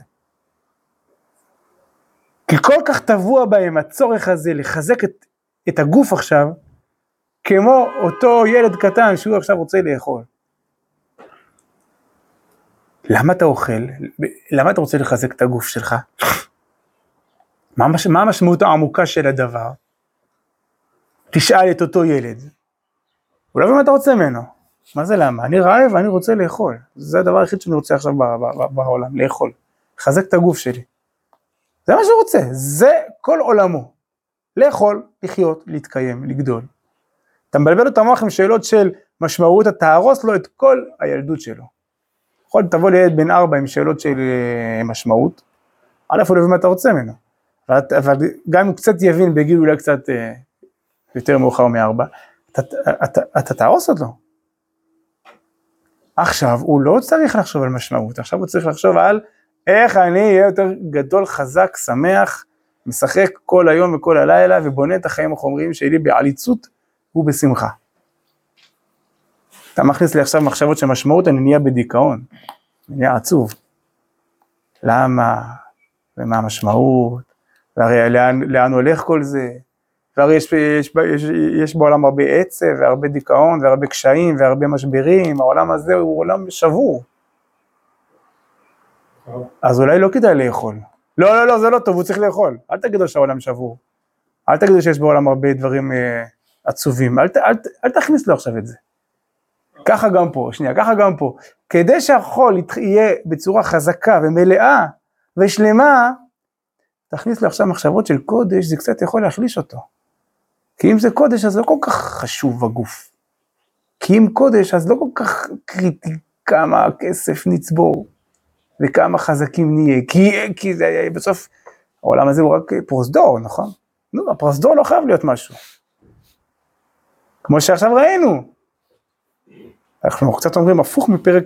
כי כל כך טבוע בהם הצורך הזה לחזק את, את הגוף עכשיו, כמו אותו ילד קטן שהוא עכשיו רוצה לאכול. למה אתה אוכל? למה אתה רוצה לחזק את הגוף שלך? מה, מה המשמעות העמוקה של הדבר? תשאל את אותו ילד. הוא לא מבין מה אתה רוצה ממנו. מה זה למה? אני רעב ואני רוצה לאכול. זה הדבר היחיד שאני רוצה עכשיו בעולם, לאכול. לחזק את הגוף שלי. זה מה שהוא רוצה, זה כל עולמו. לאכול, לחיות, להתקיים, לגדול. אתה מבלבל לו את המוח עם שאלות של משמעות, אתה תהרוס לו את כל הילדות שלו. יכול תבוא לילד בן ארבע עם שאלות של משמעות, א' הוא לא יבין מה אתה רוצה ממנו, אבל, אבל גם אם הוא קצת יבין בגיל אולי קצת יותר מאוחר מארבע, אתה, אתה, אתה תהרוס אותו. עכשיו הוא לא צריך לחשוב על משמעות, עכשיו הוא צריך לחשוב על איך אני אהיה יותר גדול, חזק, שמח, משחק כל היום וכל הלילה, ובונה את החיים החומריים שלי בעליצות ובשמחה. אתה מכניס לי עכשיו מחשבות של משמעות, אני נהיה בדיכאון, אני נהיה עצוב. למה? ומה המשמעות? והרי לאן, לאן הולך כל זה? והרי יש, יש, יש, יש בעולם הרבה עצב, והרבה דיכאון, והרבה קשיים, והרבה משברים, העולם הזה הוא עולם שבור. אז אולי לא כדאי לאכול. לא, לא, לא, זה לא טוב, הוא צריך לאכול. אל תגידו שהעולם שבור. אל תגידו שיש בעולם הרבה דברים אה, עצובים. אל, אל, אל תכניס לו עכשיו את זה. ככה גם פה, שנייה, ככה גם פה. כדי שהחול יהיה בצורה חזקה ומלאה ושלמה, תכניס לו עכשיו מחשבות של קודש, זה קצת יכול להחליש אותו. כי אם זה קודש, אז לא כל כך חשוב בגוף. כי אם קודש, אז לא כל כך קריטי כמה כסף נצבור, וכמה חזקים נהיה. כי, כי זה, בסוף, העולם הזה הוא רק פרוזדור, נכון? נו, הפרוזדור לא חייב להיות משהו. כמו שעכשיו ראינו. אנחנו קצת אומרים הפוך מפרק,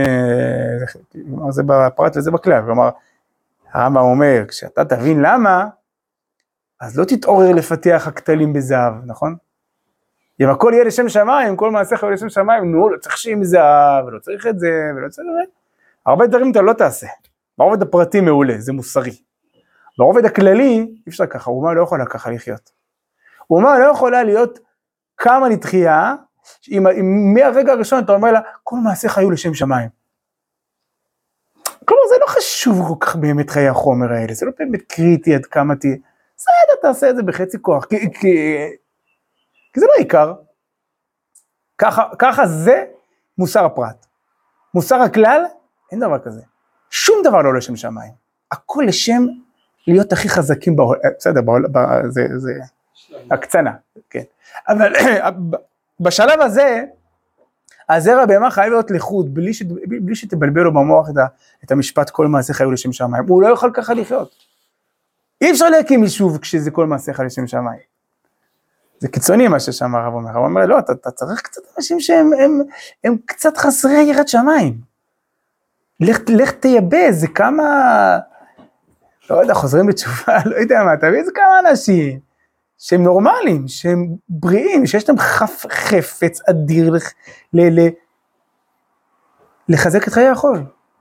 זה בפרט וזה בכלל, כלומר, הרמב"ם אומר, כשאתה תבין למה, אז לא תתעורר לפתח הכתלים בזהב, נכון? אם הכל יהיה לשם שמיים, כל מעשיך יהיה לשם שמיים, נו, לא צריך שיהיה מזהב, ולא צריך את זה, ולא צריך את זה. הרבה דברים אתה לא תעשה. ברובד הפרטי מעולה, זה מוסרי. ברובד הכללי, אי אפשר ככה, אומה לא יכולה ככה לחיות. אומה לא יכולה להיות כמה לתחייה, אם, אם מהרגע הראשון אתה אומר לה, כל מעשיך היו לשם שמיים. כלומר, זה לא חשוב כל כך באמת חיי החומר האלה, זה לא באמת קריטי עד כמה תהיה, בסדר, תעשה את זה בחצי כוח, כי, כי, כי זה לא עיקר. ככה, ככה זה מוסר הפרט. מוסר הכלל, אין דבר כזה. שום דבר לא לשם שמיים. הכל לשם להיות הכי חזקים בעולם, בסדר, בעולם, זה, זה הקצנה, כן. אבל בשלב הזה, הזרע בהמה חייב להיות לחוד, בלי, ש, בלי שתבלבל לו במוח את, ה, את המשפט כל מעשיך היו לשם שמיים. הוא לא יכול ככה לחיות. אי אפשר להקים יישוב כשזה כל מעשיך לשם שמיים. זה קיצוני מה ששם הרב אומר. הרב אומר, לא, אתה, אתה צריך קצת אנשים שהם הם, הם קצת חסרי יראת שמיים. לך, לך תייבא, זה כמה, לא יודע, חוזרים בתשובה, לא יודע מה, תביא, זה כמה אנשים שהם נורמליים, שהם בריאים, שיש להם חפ, חפץ אדיר לח, ל, ל, לחזק את חיי החול.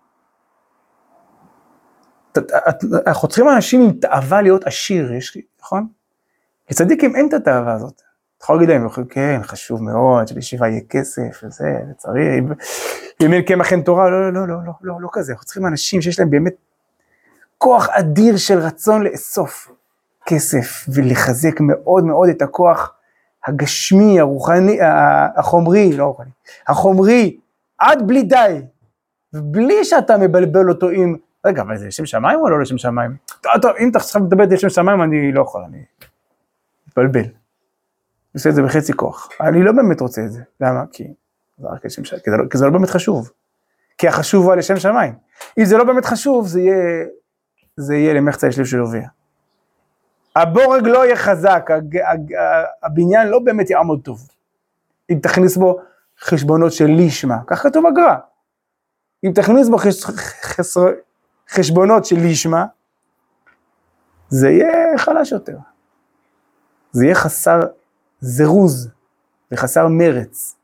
אנחנו צריכים אנשים עם תאווה להיות עשיר, יש, נכון? לצדיקים אין את התאווה הזאת. אתה יכול להגיד להם, כן, חשוב מאוד, שבישיבה יהיה כסף, וזה, וצריך, אם אין קמח אין תורה, לא, לא, לא, לא, לא, לא, לא כזה. אנחנו צריכים אנשים שיש להם באמת כוח אדיר של רצון לאסוף כסף, ולחזק מאוד מאוד את הכוח הגשמי, הרוחני, החומרי, לא רוחני, החומרי, עד בלי די, ובלי שאתה מבלבל אותו עם, רגע, אבל זה לשם שמיים או לא לשם שמיים? טוב, טוב, אם אתה צריך לדבר לשם שמיים, אני לא יכול, אני מתבלבל. אני עושה את זה בחצי כוח. אני לא באמת רוצה את זה. למה? כי זה רק לשם שמיים, כי זה לא, כי זה לא באמת חשוב. כי החשוב הוא לשם שמיים. אם זה לא באמת חשוב, זה יהיה, זה יהיה למחצה לשליב של הוביע. הבורג לא יהיה חזק, הבניין לא באמת יעמוד טוב. אם תכניס בו חשבונות של לישמה, כך כתוב בגר"א. אם תכניס בו חש... חסר... חשבונות של לישמה, זה יהיה חלש יותר. זה יהיה חסר זירוז וחסר מרץ.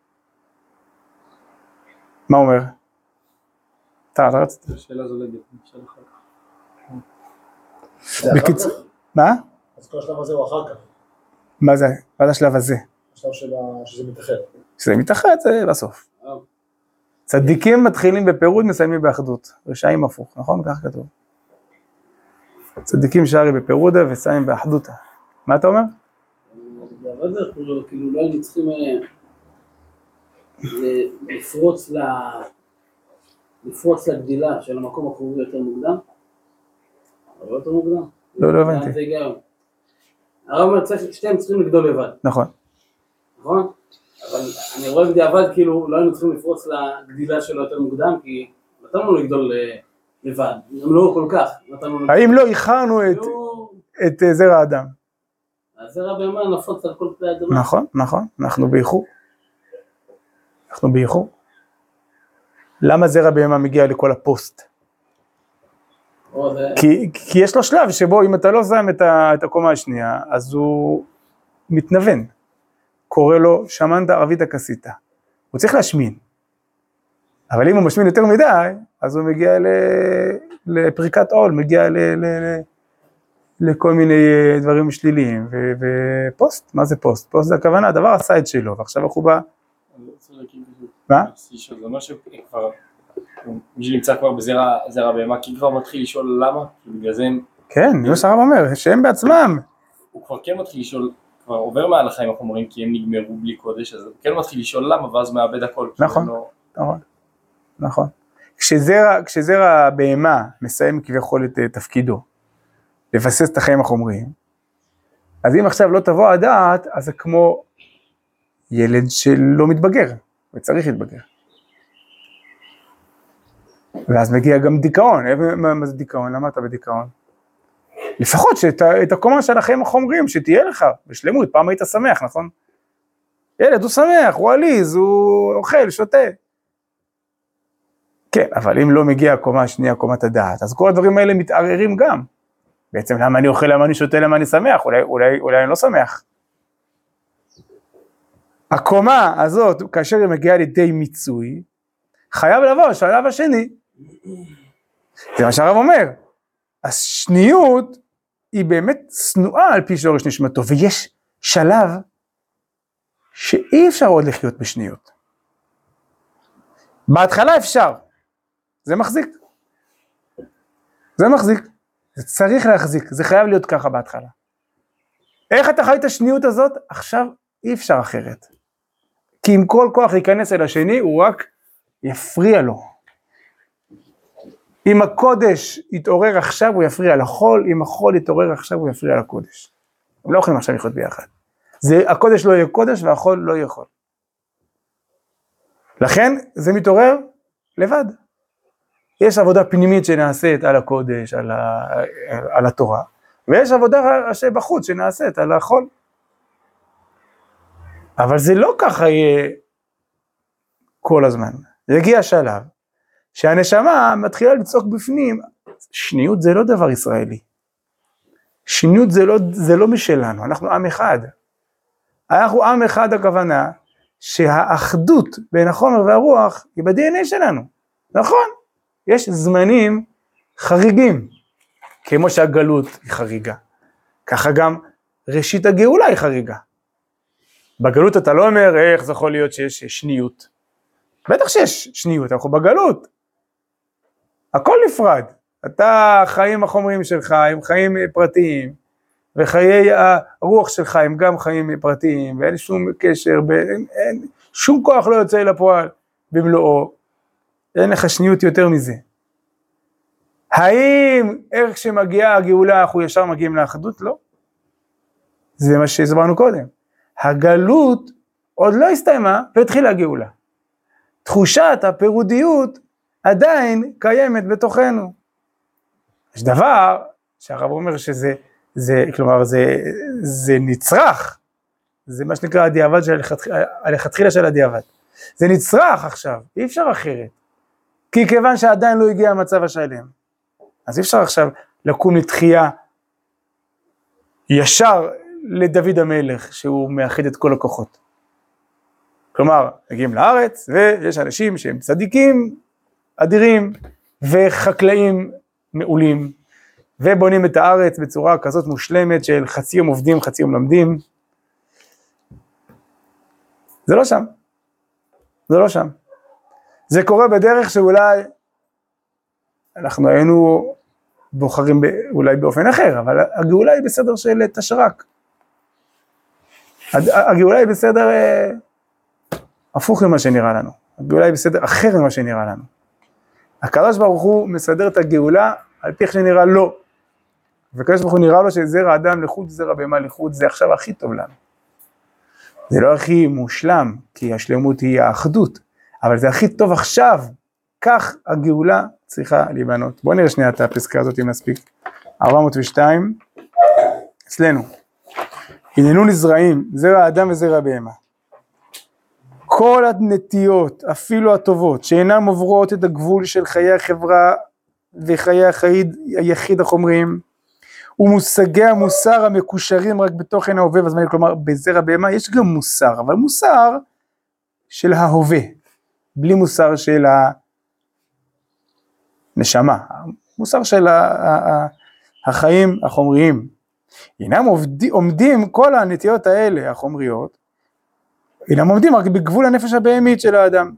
מה אומר? אתה, אתה רצית? השאלה זולדת, נשאל אחר זה אחר בקיצור, כך? מה? אז כל השלב הזה הוא אחר כך. מה זה? מה זה השלב הזה? השלב של ה- שזה מתאחד. שזה מתאחד, זה בסוף. כך. צדיקים מתחילים בפירוד, מסיימים באחדות. רשעים הפוך, נכון? כך כתוב. צדיקים שרי בפירודה וסיים באחדותה. מה אתה אומר? זה עבד זה, כאילו לא היינו צריכים לפרוץ ל... לפרוץ לגדילה של המקום הקרובי יותר מוקדם? אבל יותר מוקדם? לא, לא הבנתי. זה גם. הרב אומר, צריך- שתיהם צריכים לגדול לבד, נכון. נכון? אבל אני רואה בדיעבד, כאילו, לא היינו צריכים לפרוץ לגדילה שלו יותר מוקדם, כי נתנו לו לגדול אה, לבד, גם לא כל כך, נתנו לו... האם לא איחרנו את, לא, את אה, זרע האדם? הזרע בהמה נפוץ על כל כלי האדמה. נכון, נכון, אנחנו באיחור. אנחנו באיחור. למה זרע בהמה מגיע לכל הפוסט? או, זה- כי, כי יש לו שלב שבו אם אתה לא שם את, ה, את הקומה השנייה, אז הוא מתנוון. קורא לו שמנת ערבית הכסיתה. הוא צריך להשמין. אבל אם הוא משמין יותר מדי, אז הוא מגיע ל, לפריקת עול, מגיע ל, ל, ל, לכל מיני דברים שליליים. ו, ופוסט, מה זה פוסט? פוסט זה הכוונה, הדבר עשה את שלו, ועכשיו אנחנו בא... מה? זה אומר שכבר, מי שנמצא כבר בזרע זרע בהמה, כי כבר מתחיל לשאול למה, בגלל זה הם- כן, מה שהרב אומר, שהם בעצמם. הוא כבר כן מתחיל לשאול, כבר עובר מעל החיים החומרים כי הם נגמרו בלי קודש, אז הוא כן מתחיל לשאול למה, ואז מאבד הכל. כי נכון. זה לא- נכון, נכון. כשזרע, כשזרע בהמה מסיים כביכול את אה, תפקידו, לבסס את החיים החומריים, אז אם עכשיו לא תבוא הדעת, אז זה כמו ילד שלא מתבגר, וצריך להתבגר. ואז מגיע גם דיכאון. אה, מה, מה זה דיכאון? למה אתה בדיכאון? לפחות שאת ה- את הקומה של החיים החומריים, שתהיה לך בשלמות, פעם היית שמח, נכון? ילד הוא שמח, הוא עליז, הוא אוכל, שותה. כן, אבל אם לא מגיע הקומה השנייה, קומת הדעת, אז כל הדברים האלה מתערערים גם. בעצם למה אני אוכל, למה אני שותה, למה אני שמח, אולי, אולי, אולי אני לא שמח. הקומה הזאת, כאשר היא מגיעה לידי מיצוי, חייב לבוא השלב השני. זה מה שהרב אומר. השניות היא באמת שנואה על פי שורש נשמתו, ויש שלב שאי אפשר עוד לחיות בשניות. בהתחלה אפשר, זה מחזיק. זה מחזיק. זה צריך להחזיק, זה חייב להיות ככה בהתחלה. איך אתה חי את השניות הזאת? עכשיו אי אפשר אחרת. כי אם כל כוח ייכנס אל השני, הוא רק יפריע לו. אם הקודש יתעורר עכשיו, הוא יפריע לחול, אם החול יתעורר עכשיו, הוא יפריע לקודש. הם לא יכולים עכשיו לחיות ביחד. זה, הקודש לא יהיה קודש והחול לא יהיה חול. לכן זה מתעורר לבד. יש עבודה פנימית שנעשית על הקודש, על, ה, על התורה, ויש עבודה שבחוץ שנעשית על החול. אבל זה לא ככה יהיה כל הזמן. יגיע שלב שהנשמה מתחילה לצעוק בפנים, שניות זה לא דבר ישראלי. שניות זה לא, זה לא משלנו, אנחנו עם אחד. אנחנו עם אחד, הכוונה שהאחדות בין החומר והרוח היא ב-די אן איי שלנו. נכון, יש זמנים חריגים, כמו שהגלות היא חריגה. ככה גם ראשית הגאולה היא חריגה. בגלות אתה לא אומר איך זה יכול להיות שיש שניות. בטח שיש שניות, אנחנו בגלות. הכל נפרד. אתה חיים החומרים שלך, הם חיים פרטיים, וחיי הרוח שלך הם גם חיים פרטיים, ואין שום קשר, אין, אין, שום כוח לא יוצא אל הפועל במלואו. אין לך שניות יותר מזה. האם איך שמגיעה הגאולה אנחנו ישר מגיעים לאחדות? לא. זה מה שהסברנו קודם. הגלות עוד לא הסתיימה והתחילה הגאולה. תחושת הפירודיות עדיין קיימת בתוכנו. יש דבר שהרב אומר שזה, זה, כלומר זה, זה נצרך, זה מה שנקרא הדיעבד של הלכתחילה של הדיעבד. זה נצרך עכשיו, אי אפשר אחרת. כי כיוון שעדיין לא הגיע המצב השלם. אז אי אפשר עכשיו לקום לתחייה ישר לדוד המלך, שהוא מאחד את כל הכוחות. כלומר, מגיעים לארץ, ויש אנשים שהם צדיקים, אדירים, וחקלאים מעולים, ובונים את הארץ בצורה כזאת מושלמת, של חצי יום עובדים, חצי יום למדים. זה לא שם. זה לא שם. זה קורה בדרך שאולי אנחנו היינו בוחרים אולי באופן אחר, אבל הגאולה היא בסדר של תשרק. הגאולה היא בסדר הפוך ממה שנראה לנו. הגאולה היא בסדר אחר ממה שנראה לנו. הקדוש ברוך הוא מסדר את הגאולה על פי איך שנראה לו. וכאשר אנחנו נראה לו שזרע אדם לחוד, זרע בהמה לחוד, זה עכשיו הכי טוב לנו. זה לא הכי מושלם, כי השלמות היא האחדות, אבל זה הכי טוב עכשיו, כך הגאולה צריכה להיבנות. בואו נראה שנייה את הפסקה הזאת אם נספיק. ארבע מאות ושתיים, אצלנו. הננו נזרעים, זרע אדם וזרע בהמה. כל הנטיות, אפילו הטובות, שאינן עוברות את הגבול של חיי החברה וחיי החיד, היחיד החומריים, ומושגי המוסר המקושרים רק בתוכן ההווה והזמני, כלומר בזרע בהמה יש גם מוסר, אבל מוסר של ההווה, בלי מוסר של הנשמה, מוסר של החיים החומריים. אינם עומדים כל הנטיות האלה החומריות, אינם עומדים רק בגבול הנפש הבהמית של האדם.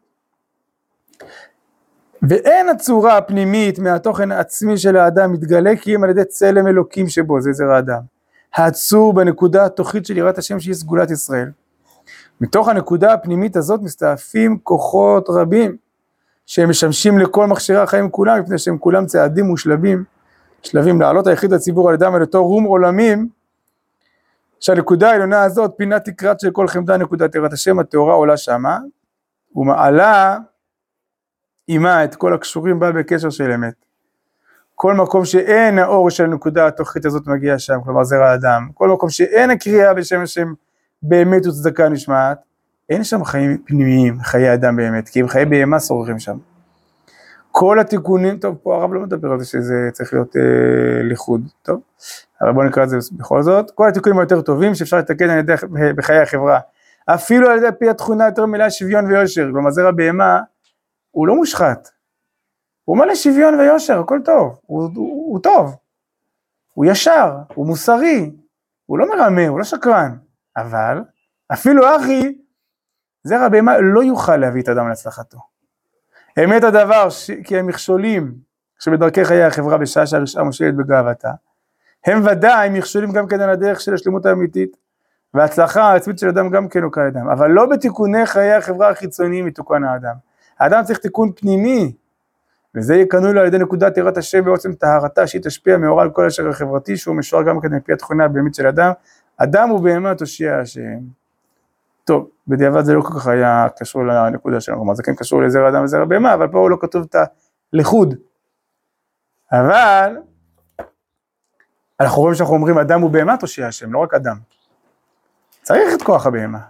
ואין הצורה הפנימית מהתוכן העצמי של האדם מתגלה כי אם על ידי צלם אלוקים שבו, זה זרע האדם. העצור בנקודה התוכית של יראת השם שהיא סגולת ישראל. מתוך הנקודה הפנימית הזאת מסתעפים כוחות רבים, שהם משמשים לכל מכשירי החיים כולם, מפני שהם כולם צעדים ושלבים, שלבים לעלות היחיד לציבור על ידם על אותו רום עולמים, שהנקודה העליונה הזאת, פינת תקרת של כל חמדה, נקודת יראת השם, התאורה עולה שמה, ומעלה עימה את כל הקשורים בה בקשר של אמת. כל מקום שאין האור של הנקודה התוכית הזאת מגיע שם, כלומר זרע האדם, כל מקום שאין הקריאה בשם השם באמת וצדקה נשמעת, אין שם חיים פנימיים, חיי אדם באמת, כי הם חיי בהמה שוררים שם. כל התיקונים, טוב, פה הרב לא מדבר על זה שזה צריך להיות אה, ליכוד, טוב, אבל בואו נקרא את זה בכל זאת. כל התיקונים היותר טובים שאפשר לתקן על ידי בחיי החברה, אפילו על ידי פי התכונה יותר מלאה שוויון ויושר, כלומר זרע בהמה, הוא לא מושחת, הוא מלא שוויון ויושר, הכל טוב, הוא, הוא, הוא טוב, הוא ישר, הוא מוסרי, הוא לא מרמה, הוא לא שקרן, אבל אפילו אחי, זרע בהמה לא יוכל להביא את האדם להצלחתו. אמת הדבר, ש... כי הם מכשולים שבדרכי חיי החברה בשעה שהרשעה מושלת בגאוותה, הם ודאי מכשולים גם כן על הדרך של השלמות האמיתית, וההצלחה העצמית של אדם גם כן הוא כאדם, אבל לא בתיקוני חיי החברה החיצוניים מתוקן האדם. האדם צריך תיקון פנימי, וזה יקנו לו על ידי נקודת יראת השם בעוצם טהרתה, שהיא תשפיע מאורה על כל השריר החברתי, שהוא משוער גם כן מפי התכונה הבהמית של אדם, אדם הוא בהמה תושיע השם. טוב, בדיעבד זה לא כל כך היה קשור לנקודה שלנו, כלומר זה כן קשור לזרע אדם וזרע בהמה, אבל פה לא כתוב את הלכוד. אבל, אנחנו רואים שאנחנו אומרים אדם הוא בהמה תושיע השם, לא רק אדם. צריך את כוח הבהמה.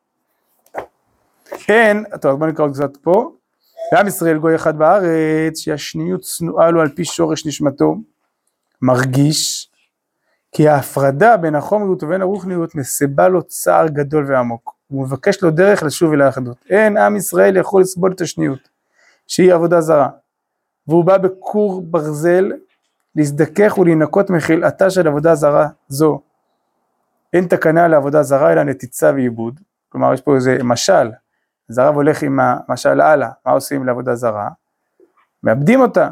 כן, טוב, בוא נקרא קצת פה. לעם ישראל גוי אחד בארץ, שהשניות צנועה לו על פי שורש נשמתו, מרגיש, כי ההפרדה בין החומריות ובין הרוחניות מסבה לו צער גדול ועמוק. הוא מבקש לו דרך לשוב אל האחדות. אין עם ישראל יכול לסבול את השניות, שהיא עבודה זרה. והוא בא בקור ברזל, להזדכך ולהינקות מחילתה של עבודה זרה זו. אין תקנה לעבודה זרה, אלא נתיצה ועיבוד. כלומר, יש פה איזה משל. אז הרב הולך עם המשל הלאה. מה עושים לעבודה זרה? מאבדים אותה.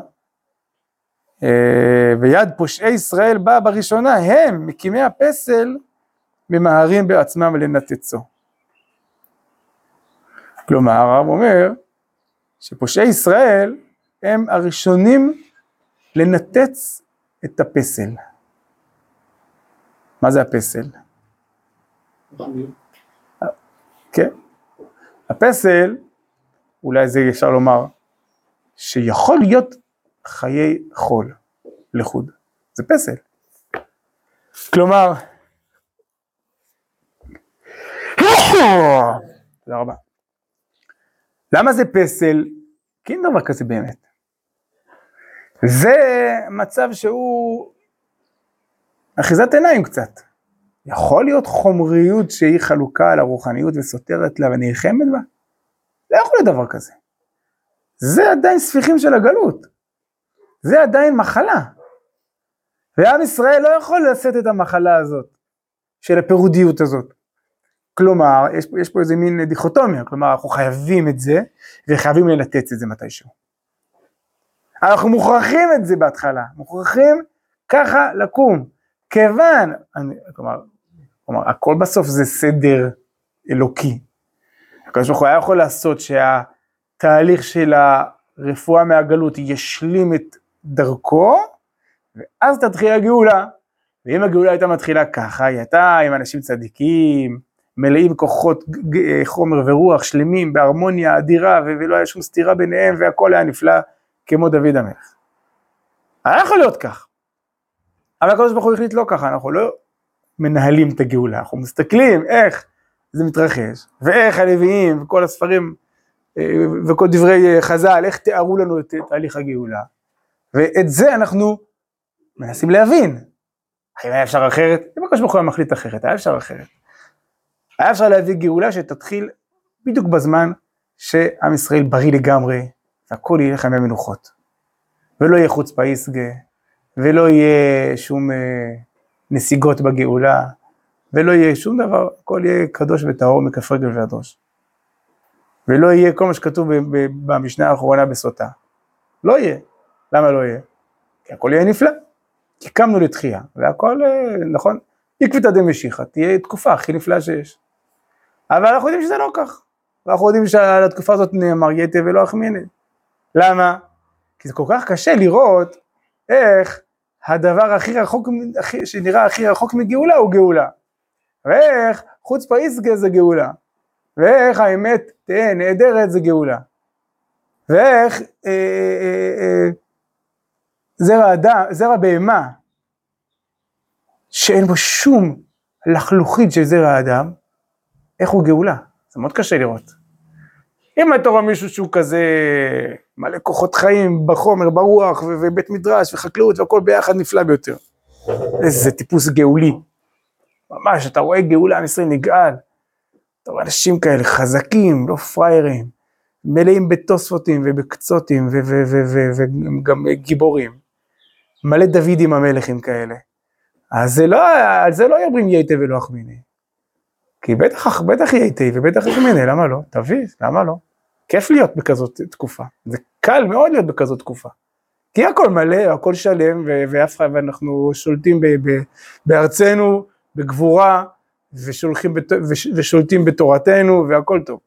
ויד פושעי ישראל באה בראשונה, הם, מקימי הפסל, ממהרים בעצמם לנתצו. כלומר, הרב אומר, שפושעי ישראל, הם הראשונים לנתץ את הפסל. מה זה הפסל? כן. הפסל, אולי זה אפשר לומר, שיכול להיות חיי חול לחוד. זה פסל. כלומר, תודה רבה. למה זה פסל? כי אין דבר כזה באמת. זה מצב שהוא אחיזת עיניים קצת. יכול להיות חומריות שהיא חלוקה על הרוחניות וסותרת לה ונלחמת בה? לא יכול להיות דבר כזה. זה עדיין ספיחים של הגלות. זה עדיין מחלה. ועם ישראל לא יכול לשאת את המחלה הזאת, של הפירודיות הזאת. כלומר, יש, יש פה איזה מין דיכוטומיה, כלומר, אנחנו חייבים את זה, וחייבים לנתץ את זה מתישהו. אנחנו מוכרחים את זה בהתחלה, מוכרחים ככה לקום, כיוון, אני, כלומר, כלומר, הכל בסוף זה סדר אלוקי. הקדוש ברוך הוא היה יכול לעשות שהתהליך של הרפואה מהגלות ישלים את דרכו, ואז תתחיל הגאולה, ואם הגאולה הייתה מתחילה ככה, היא הייתה עם אנשים צדיקים, מלאים כוחות חומר ורוח, שלמים, בהרמוניה אדירה, ולא היה שום סתירה ביניהם, והכל היה נפלא כמו דוד המלך. היה יכול להיות כך. אבל הקדוש ברוך הוא החליט לא ככה, אנחנו לא מנהלים את הגאולה, אנחנו מסתכלים איך זה מתרחש, ואיך הלוויים וכל הספרים וכל דברי חז"ל, איך תיארו לנו את תהליך הגאולה. ואת זה אנחנו מנסים להבין. האם היה אפשר אחרת? אם הקדוש ברוך הוא היה מחליט אחרת, היה אפשר אחרת. היה אפשר להביא גאולה שתתחיל בדיוק בזמן שעם ישראל בריא לגמרי, והכל יהיה לכם במנוחות. ולא יהיה חוצפה יסגה, ולא יהיה שום נסיגות בגאולה, ולא יהיה שום דבר, הכל יהיה קדוש וטהור מכף רגל ועד ראש. ולא יהיה כל מה שכתוב במשנה האחרונה בסוטה. לא יהיה. למה לא יהיה? כי הכל יהיה נפלא. כי קמנו לתחייה, והכל, נכון, עקבתא דמשיחא, תהיה תקופה הכי נפלאה שיש. אבל אנחנו יודעים שזה לא כך. ואנחנו יודעים שעל התקופה הזאת נאמר יתה ולא אחמיני. למה? כי זה כל כך קשה לראות איך הדבר הכי רחוק, הכי, שנראה הכי רחוק מגאולה הוא גאולה. ואיך חוצפה יסגה זה גאולה. ואיך האמת תהיה נהדרת זה גאולה. ואיך אה, אה, אה, זרע אדם, זרע בהמה, שאין בו שום לחלוכית של זרע אדם, איך הוא גאולה? זה מאוד קשה לראות. אם אתה רואה מישהו שהוא כזה מלא כוחות חיים בחומר, ברוח, ו- ובית מדרש וחקלאות והכל ביחד נפלא ביותר. איזה טיפוס גאולי. ממש, אתה רואה גאולה, עם ישראל נגאל. אתה רואה אנשים כאלה חזקים, לא פריירים, מלאים בתוספותים ובקצותים וגם גיבורים. מלא דוידים המלכים כאלה. אז זה לא, על זה לא יאמרים ייתה ולא אחמיני. כי בטח, בטח ייתה ובטח אחמיני, למה לא? תביא, למה לא? כיף להיות בכזאת תקופה. זה קל מאוד להיות בכזאת תקופה. כי הכל מלא, הכל שלם, ואף אחד, ואנחנו שולטים ב- ב- בארצנו, בגבורה, ושולחים בת- ושולטים בתורתנו, והכל טוב.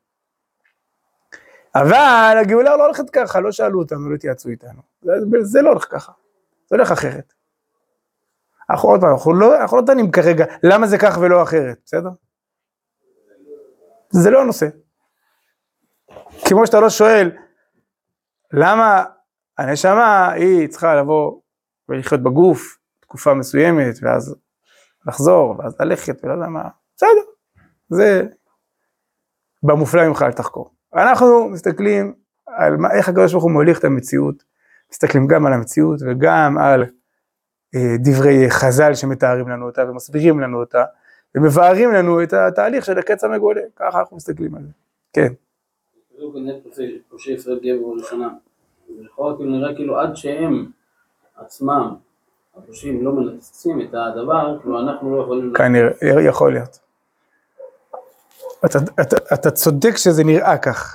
אבל הגאולה לא הולכת ככה, לא שאלו אותנו, לא התייעצו איתנו. זה, זה לא הולך ככה, זה הולך אחרת. אנחנו עוד פעם, אנחנו לא, אנחנו לא דנים כרגע, למה זה כך ולא אחרת, בסדר? זה לא הנושא. כמו שאתה לא שואל, למה הנשמה היא צריכה לבוא ולחיות בגוף, תקופה מסוימת, ואז לחזור, ואז ללכת, ולא יודע מה, בסדר. זה במופלא ממך אל תחקור. אנחנו מסתכלים על מה, איך הקדוש ברוך הוא מוליך את המציאות, מסתכלים גם על המציאות וגם על אה, דברי חז"ל שמתארים לנו אותה ומסבירים לנו אותה, ומבארים לנו את התהליך של הקץ המגולה, ככה אנחנו מסתכלים על זה. כן. זה באמת פושעי ישראל גבר ראשונה. ולכאורה כאילו נראה כאילו עד שהם עצמם, הפושעים לא מנצצים את הדבר, כאילו אנחנו לא יכולים... כנראה, יכול להיות. אתה, אתה, אתה צודק שזה נראה כך.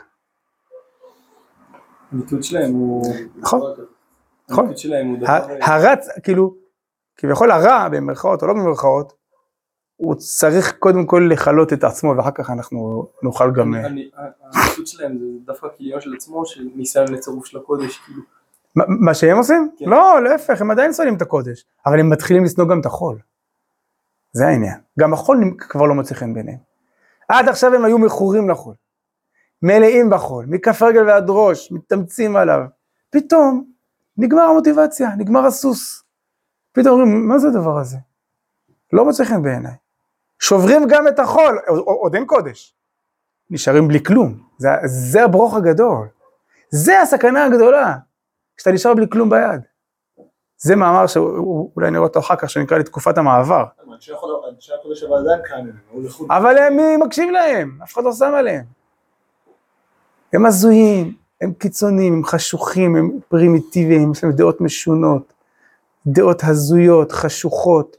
הניתות שלהם הוא... נכון. נכון. הניתות שלהם הוא דבר... הרץ, כאילו, כביכול הרע במרכאות או לא במרכאות, הוא צריך קודם כל לחלות את עצמו, ואחר כך אנחנו נוכל גם... הניתות שלהם זה דווקא כיליון של עצמו, של ניסיון לצירוף של הקודש, כאילו. מה שהם עושים? לא, להפך, הם עדיין שונאים את הקודש, אבל הם מתחילים לשנוא גם את החול. זה העניין. גם החול כבר לא מוצא חן ביניהם. עד עכשיו הם היו מכורים לחול, מלאים בחול, מכף רגל ועד ראש, מתאמצים עליו. פתאום נגמר המוטיבציה, נגמר הסוס. פתאום אומרים, מה זה הדבר הזה? לא מוצא חן בעיניי. שוברים גם את החול, עוד אין קודש. נשארים בלי כלום. זה, זה הברוך הגדול. זה הסכנה הגדולה, כשאתה נשאר בלי כלום ביד. זה מאמר שאולי נראה אותו אחר כך, שנקרא לתקופת המעבר. אנשי הקודש אבל עדיין כאן, אבל הם מי מקשיב להם, אף אחד לא שם עליהם. הם הזויים, הם קיצוניים, הם חשוכים, הם פרימיטיביים, יש להם דעות משונות, דעות הזויות, חשוכות.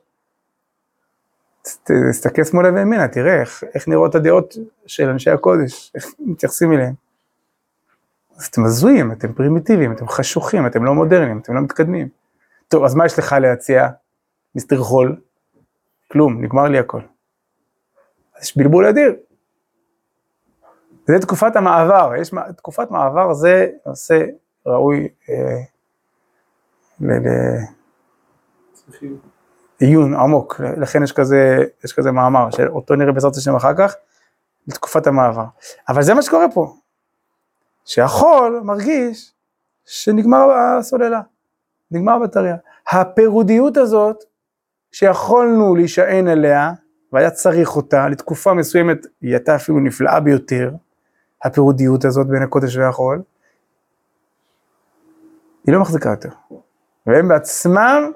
תסתכל שמאלה וימינה, תראה איך, איך נראות הדעות של אנשי הקודש, איך מתייחסים אליהם. אז אתם הזויים, אתם פרימיטיביים, אתם חשוכים, אתם לא מודרניים, אתם לא מתקדמים. טוב, אז מה יש לך להציע, מיסטר חול? כלום, נגמר לי הכל. אז יש בלבול אדיר. זה תקופת המעבר, יש, תקופת מעבר זה נושא ראוי אה, ל... ל... עיון עמוק, לכן יש כזה, יש כזה מאמר, שאותו נראה בעזרת השם אחר כך, לתקופת המעבר. אבל זה מה שקורה פה, שהחול מרגיש שנגמר הסוללה, נגמר הבטריה. הפירודיות הזאת, שיכולנו להישען עליה, והיה צריך אותה, לתקופה מסוימת, היא הייתה אפילו נפלאה ביותר, הפירודיות הזאת בין הקודש והחול, היא לא מחזיקה יותר. והם בעצמם,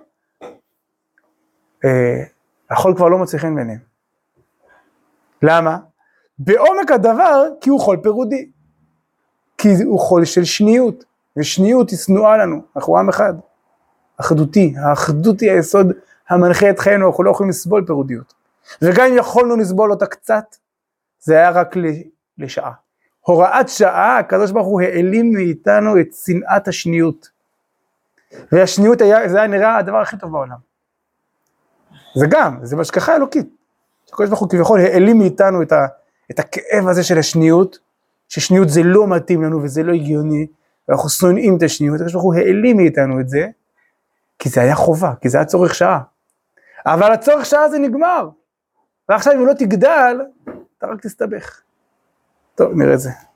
אה, החול כבר לא מוצא חן ביניהם. למה? בעומק הדבר, כי הוא חול פירודי. כי הוא חול של שניות, ושניות היא שנואה לנו, אנחנו עם אחד. אחדותי, האחדות היא היסוד המנחה את חיינו, אנחנו לא יכולים לסבול פירודיות. וגם אם יכולנו לסבול אותה קצת, זה היה רק לשעה. הוראת שעה, הקדוש ברוך הוא העלים מאיתנו את שנאת השניות. והשניות היה, זה היה נראה הדבר הכי טוב בעולם. זה גם, זה משכחה אלוקית. הקדוש ברוך הוא כביכול העלים מאיתנו את, ה, את הכאב הזה של השניות, ששניות זה לא מתאים לנו וזה לא הגיוני, ואנחנו שונאים את השניות, הקדוש ברוך הוא העלים מאיתנו את זה, כי זה היה חובה, כי זה היה צורך שעה. אבל הצורך שעה זה נגמר. ועכשיו אם הוא לא תגדל, אתה רק תסתבך. טוב, נראה את זה.